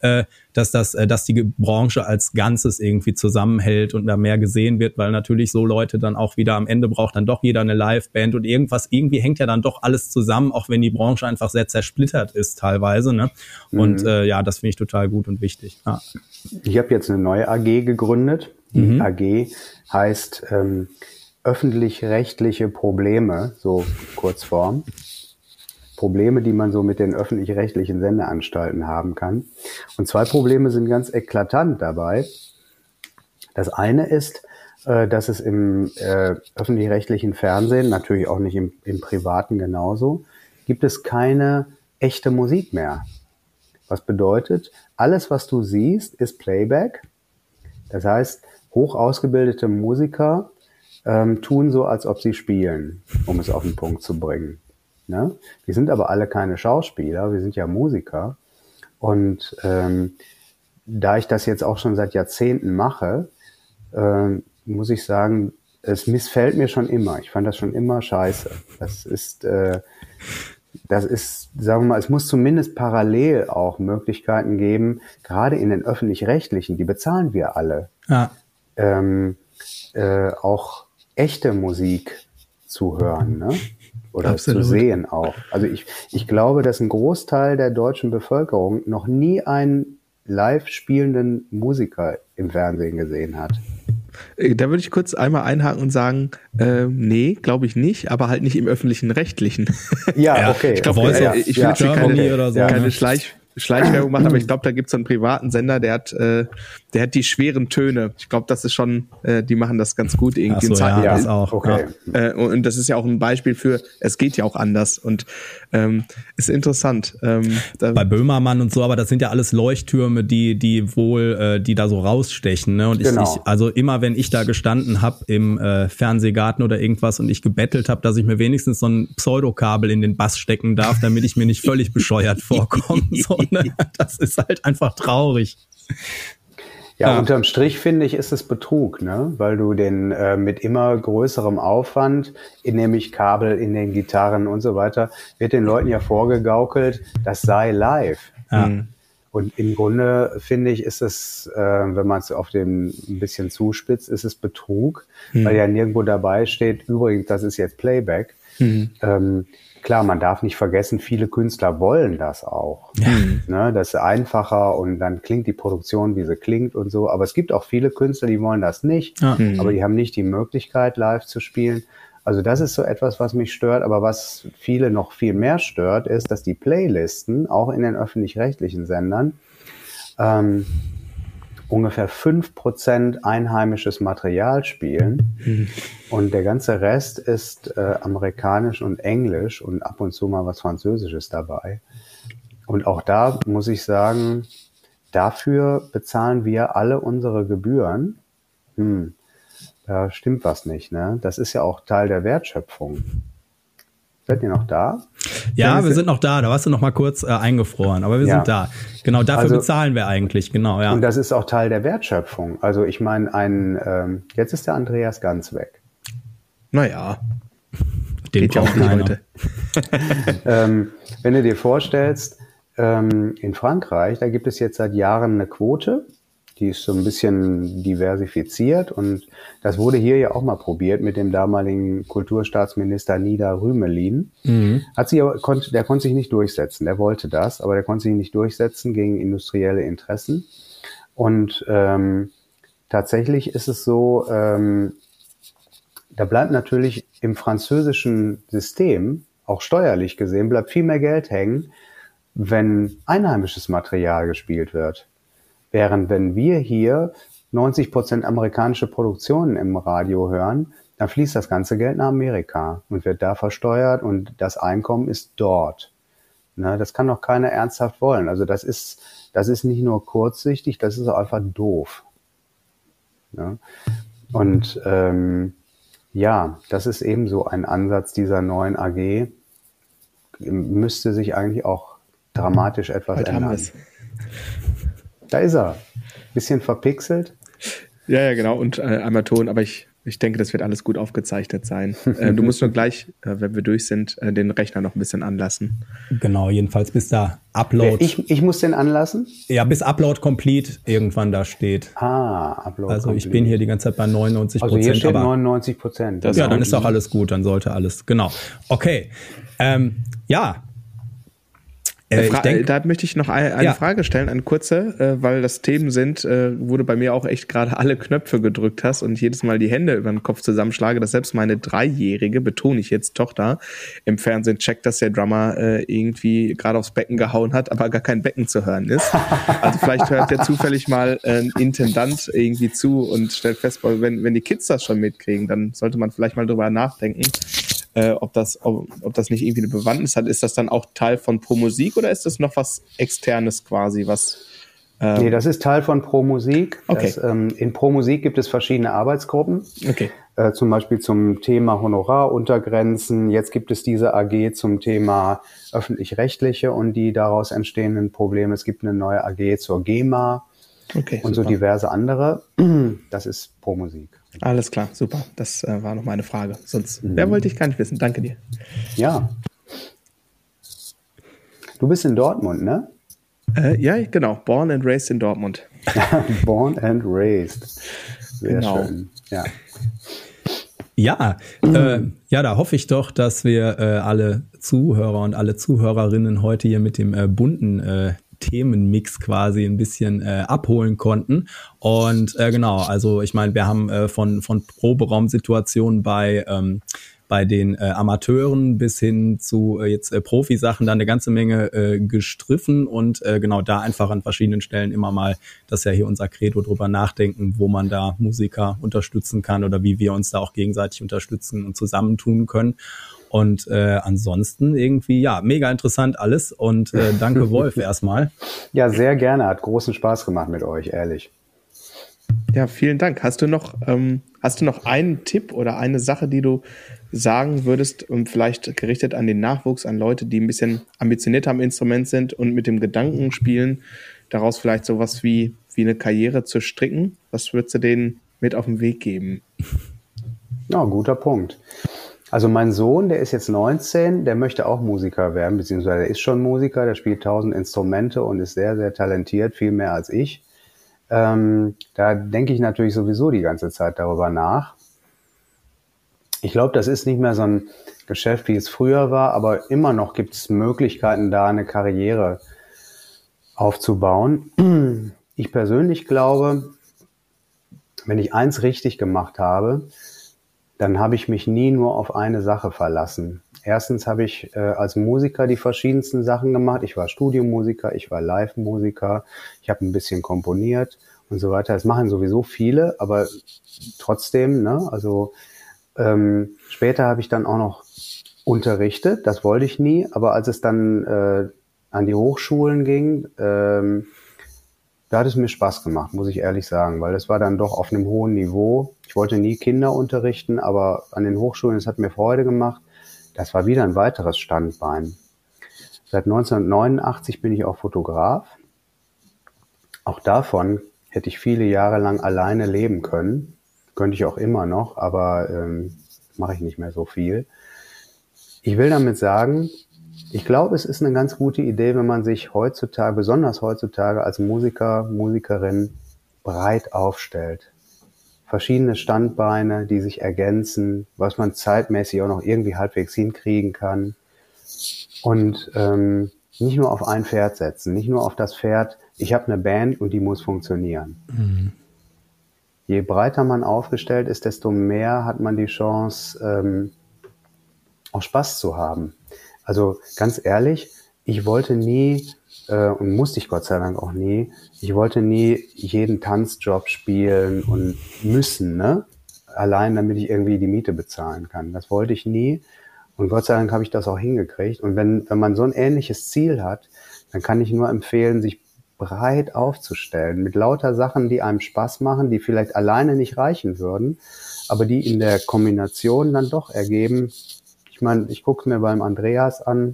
Speaker 2: dass die Branche als Ganzes irgendwie zusammenhält und da mehr gesehen wird, weil natürlich so Leute dann auch wieder am Ende braucht dann doch jeder eine Liveband und irgendwie hängt ja dann doch alles zusammen, auch wenn die Branche einfach sehr zersplittert ist teilweise, ne? Und ja, das finde ich total gut und wichtig. Ja.
Speaker 3: Ich habe jetzt eine neue AG gegründet. Die AG heißt öffentlich-rechtliche Probleme, so Kurzform. Probleme, die man so mit den öffentlich-rechtlichen Sendeanstalten haben kann. Und 2 Probleme sind ganz eklatant dabei. Das eine ist, dass es im öffentlich-rechtlichen Fernsehen, natürlich auch nicht im privaten genauso, gibt es keine echte Musik mehr. Was bedeutet, alles, was du siehst, ist Playback. Das heißt, hoch ausgebildete Musiker tun so, als ob sie spielen, um es auf den Punkt zu bringen. Ne? Wir sind aber alle keine Schauspieler, wir sind ja Musiker. Und da ich das jetzt auch schon seit Jahrzehnten mache, muss ich sagen, es missfällt mir schon immer. Ich fand das schon immer scheiße. Das ist, sagen wir mal, es muss zumindest parallel auch Möglichkeiten geben, gerade in den Öffentlich-Rechtlichen, die bezahlen wir alle, auch echte Musik zu hören, ne? Oder zu sehen auch. Also ich glaube, dass ein Großteil der deutschen Bevölkerung noch nie einen live spielenden Musiker im Fernsehen gesehen hat.
Speaker 1: Da würde ich kurz einmal einhaken und sagen, nee, glaube ich nicht, aber halt nicht im öffentlichen Rechtlichen.
Speaker 3: Ja, okay.
Speaker 1: Ich glaube, ich will jetzt keine Schleichwerbung machen, aber ich glaube, da gibt es so einen privaten Sender, der hat die schweren Töne. Ich glaube, das ist schon, die machen das ganz gut irgendwie.
Speaker 2: So, das auch.
Speaker 3: Okay.
Speaker 1: Und das ist ja auch ein Beispiel für, es geht ja auch anders und ist interessant.
Speaker 2: Bei Böhmermann und so, aber das sind ja alles Leuchttürme, die da so rausstechen. Ne? Und also immer, wenn ich da gestanden habe im Fernsehgarten oder irgendwas und ich gebettelt habe, dass ich mir wenigstens so ein Pseudokabel in den Bass stecken darf, damit ich mir nicht völlig bescheuert vorkomme. So, ne? Das ist halt einfach traurig.
Speaker 3: Ja, unterm Strich finde ich, ist es Betrug, ne? Weil du den mit immer größerem Aufwand, nämlich Kabel in den Gitarren und so weiter, wird den Leuten ja vorgegaukelt, das sei live.
Speaker 2: Ja.
Speaker 3: Und im Grunde finde ich, ist es, wenn man es auf dem ein bisschen zuspitzt, ist es Betrug, weil ja nirgendwo dabei steht, übrigens, das ist jetzt Playback. Klar, man darf nicht vergessen, viele Künstler wollen das auch. Ne, das ist einfacher und dann klingt die Produktion, wie sie klingt und so. Aber es gibt auch viele Künstler, die wollen das nicht, aber die haben nicht die Möglichkeit, live zu spielen. Also das ist so etwas, was mich stört. Aber was viele noch viel mehr stört, ist, dass die Playlisten, auch in den öffentlich-rechtlichen Sendern, ungefähr 5% einheimisches Material spielen und der ganze Rest ist amerikanisch und englisch und ab und zu mal was Französisches dabei. Und auch da muss ich sagen, dafür bezahlen wir alle unsere Gebühren. Da stimmt was nicht, ne? Das ist ja auch Teil der Wertschöpfung. Seid ihr noch da?
Speaker 2: Ja, wir sind noch da. Da warst du noch mal kurz eingefroren, aber wir sind da. Genau, dafür bezahlen wir eigentlich, genau, ja.
Speaker 3: Und das ist auch Teil der Wertschöpfung. Also ich meine, jetzt ist der Andreas ganz weg.
Speaker 1: Naja.
Speaker 2: Den braucht
Speaker 1: die Leute.
Speaker 3: Wenn du dir vorstellst, in Frankreich, da gibt es jetzt seit Jahren eine Quote, die ist so ein bisschen diversifiziert und das wurde hier ja auch mal probiert mit dem damaligen Kulturstaatsminister Nida Rümelin. Der konnte sich nicht durchsetzen, der wollte das, aber der konnte sich nicht durchsetzen gegen industrielle Interessen. Und tatsächlich ist es so, da bleibt natürlich im französischen System, auch steuerlich gesehen, bleibt viel mehr Geld hängen, wenn einheimisches Material gespielt wird. Während wenn wir hier 90% amerikanische Produktionen im Radio hören, dann fließt das ganze Geld nach Amerika und wird da versteuert und das Einkommen ist dort. Ne, das kann doch keiner ernsthaft wollen. Also das ist nicht nur kurzsichtig, das ist auch einfach doof. Ne? Und das ist eben so ein Ansatz dieser neuen AG. Müsste sich eigentlich auch dramatisch etwas ändern. Da ist er. Bisschen verpixelt.
Speaker 1: Ja, genau. Und einmal Ton, aber ich denke, das wird alles gut aufgezeichnet sein. Du musst nur gleich, wenn wir durch sind, den Rechner noch ein bisschen anlassen.
Speaker 2: Genau, jedenfalls bis da Upload.
Speaker 3: Ich muss den anlassen?
Speaker 2: Ja, bis Upload Complete irgendwann da steht.
Speaker 3: Upload
Speaker 2: Also
Speaker 3: complete.
Speaker 2: Ich bin hier die ganze Zeit bei 99%.
Speaker 3: Also hier steht 99%.
Speaker 2: Ja, dann ist auch alles gut, dann sollte alles, genau. Okay,
Speaker 1: Da möchte ich noch eine Frage stellen, eine kurze, weil das Themen sind, wo du bei mir auch echt gerade alle Knöpfe gedrückt hast und jedes Mal die Hände über den Kopf zusammenschlage, dass selbst meine 3-jährige, betone ich jetzt, Tochter im Fernsehen checkt, dass der Drummer irgendwie gerade aufs Becken gehauen hat, aber gar kein Becken zu hören ist. Also vielleicht hört der zufällig mal ein Intendant irgendwie zu und stellt fest, wenn die Kids das schon mitkriegen, dann sollte man vielleicht mal drüber nachdenken, ob das nicht irgendwie eine Bewandtnis hat. Ist das dann auch Teil von Pro Musik oder ist das noch was Externes quasi?
Speaker 3: Nee, das ist Teil von Pro Musik.
Speaker 1: Okay.
Speaker 3: In Pro Musik gibt es verschiedene Arbeitsgruppen.
Speaker 1: Okay.
Speaker 3: Zum Beispiel zum Thema Honoraruntergrenzen. Jetzt gibt es diese AG zum Thema öffentlich-rechtliche und die daraus entstehenden Probleme. Es gibt eine neue AG zur GEMA.
Speaker 1: Okay,
Speaker 3: und super. So diverse andere. Das ist Pro Musik.
Speaker 1: Alles klar, super. Das war noch meine Frage. Sonst, wer wollte ich gar nicht wissen. Danke dir.
Speaker 3: Ja. Du bist in Dortmund, ne?
Speaker 1: Ja, genau. Born and raised in Dortmund.
Speaker 3: Born and raised. Sehr
Speaker 1: genau.
Speaker 3: schön. Ja.
Speaker 2: Ja, da hoffe ich doch, dass wir alle Zuhörer und alle Zuhörerinnen heute hier mit dem bunten Themenmix quasi ein bisschen abholen konnten. Und genau, also ich meine, wir haben von Proberaumsituationen bei den Amateuren bis hin zu jetzt Profisachen da eine ganze Menge gestriffen und genau da einfach an verschiedenen Stellen immer mal, das ist ja hier unser Credo, drüber nachdenken, wo man da Musiker unterstützen kann oder wie wir uns da auch gegenseitig unterstützen und zusammentun können. Und ansonsten irgendwie, ja, mega interessant alles und danke Wolf erstmal.
Speaker 3: Ja, sehr gerne, hat großen Spaß gemacht mit euch, ehrlich.
Speaker 1: Ja, vielen Dank. Hast du noch einen Tipp oder eine Sache, die du sagen würdest, vielleicht gerichtet an den Nachwuchs, an Leute, die ein bisschen ambitionierter am Instrument sind und mit dem Gedanken spielen, daraus vielleicht sowas wie eine Karriere zu stricken? Was würdest du denen mit auf den Weg geben?
Speaker 3: Ja, guter Punkt. Also mein Sohn, der ist jetzt 19, der möchte auch Musiker werden, beziehungsweise er ist schon Musiker, der spielt 1000 Instrumente und ist sehr, sehr talentiert, viel mehr als ich. Da denke ich natürlich sowieso die ganze Zeit darüber nach. Ich glaube, das ist nicht mehr so ein Geschäft, wie es früher war, aber immer noch gibt es Möglichkeiten, da eine Karriere aufzubauen. Ich persönlich glaube, wenn ich eins richtig gemacht habe, dann habe ich mich nie nur auf eine Sache verlassen. Erstens habe ich als Musiker die verschiedensten Sachen gemacht. Ich war Studiomusiker, ich war Live-Musiker, ich habe ein bisschen komponiert und so weiter. Das machen sowieso viele, aber trotzdem, ne, also später habe ich dann auch noch unterrichtet, das wollte ich nie, aber als es dann an die Hochschulen ging, da hat es mir Spaß gemacht, muss ich ehrlich sagen, weil das war dann doch auf einem hohen Niveau. Ich wollte nie Kinder unterrichten, aber an den Hochschulen, es hat mir Freude gemacht. Das war wieder ein weiteres Standbein. Seit 1989 bin ich auch Fotograf. Auch davon hätte ich viele Jahre lang alleine leben können. Könnte ich auch immer noch, aber mache ich nicht mehr so viel. Ich will damit sagen, ich glaube, es ist eine ganz gute Idee, wenn man sich heutzutage, besonders heutzutage als Musiker, Musikerin breit aufstellt. Verschiedene Standbeine, die sich ergänzen, was man zeitmäßig auch noch irgendwie halbwegs hinkriegen kann. Und nicht nur auf ein Pferd setzen, nicht nur auf das Pferd, ich habe eine Band und die muss funktionieren. Mhm. Je breiter man aufgestellt ist, desto mehr hat man die Chance, auch Spaß zu haben. Also ganz ehrlich, ich wollte nie, und musste ich Gott sei Dank auch nie, ich wollte nie jeden Tanzjob spielen und müssen, ne? Allein damit ich irgendwie die Miete bezahlen kann. Das wollte ich nie. Und Gott sei Dank habe ich das auch hingekriegt. Und wenn man so ein ähnliches Ziel hat, dann kann ich nur empfehlen, sich breit aufzustellen mit lauter Sachen, die einem Spaß machen, die vielleicht alleine nicht reichen würden, aber die in der Kombination dann doch ergeben. Ich meine, ich gucke mir beim Andreas an,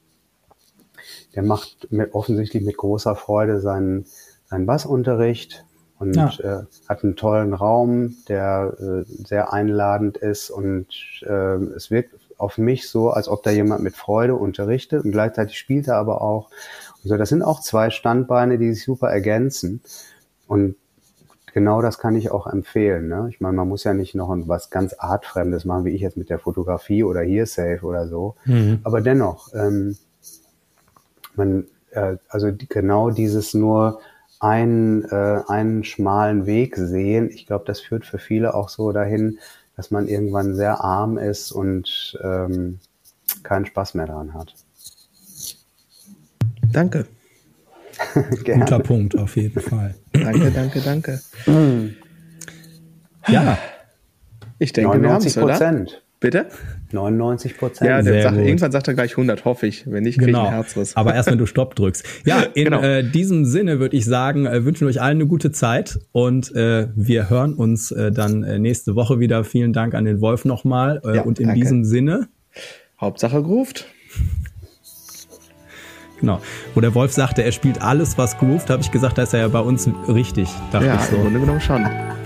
Speaker 3: der macht offensichtlich mit großer Freude seinen Bassunterricht und hat einen tollen Raum, der sehr einladend ist und es wirkt auf mich so, als ob da jemand mit Freude unterrichtet und gleichzeitig spielt er aber auch. Und so, das sind auch zwei Standbeine, die sich super ergänzen und genau das kann ich auch empfehlen. Ne? Ich meine, man muss ja nicht noch was ganz Artfremdes machen, wie ich jetzt mit der Fotografie oder Hearsafe oder so. Mhm. Aber dennoch, also genau dieses nur einen schmalen Weg sehen, ich glaube, das führt für viele auch so dahin, dass man irgendwann sehr arm ist und keinen Spaß mehr daran hat.
Speaker 1: Danke.
Speaker 2: Guter Punkt, auf jeden Fall.
Speaker 1: Danke.
Speaker 2: Ja.
Speaker 1: Ich denke,
Speaker 3: 99%.
Speaker 1: Bitte?
Speaker 3: 99%.
Speaker 1: Ja, irgendwann sagt er gleich 100, hoffe ich. Wenn nicht, kriege ich einen Herzriss.
Speaker 2: Aber erst, wenn du Stopp drückst. Ja, in diesem Sinne würde ich sagen, wünschen wir euch allen eine gute Zeit und wir hören uns dann nächste Woche wieder. Vielen Dank an den Wolf nochmal und in diesem Sinne.
Speaker 1: Hauptsache Gruft.
Speaker 2: Genau. Wo der Wolf sagte, er spielt alles, was groovt, habe ich gesagt, da ist er ja bei uns richtig.
Speaker 1: Ja, im Grunde genommen schon.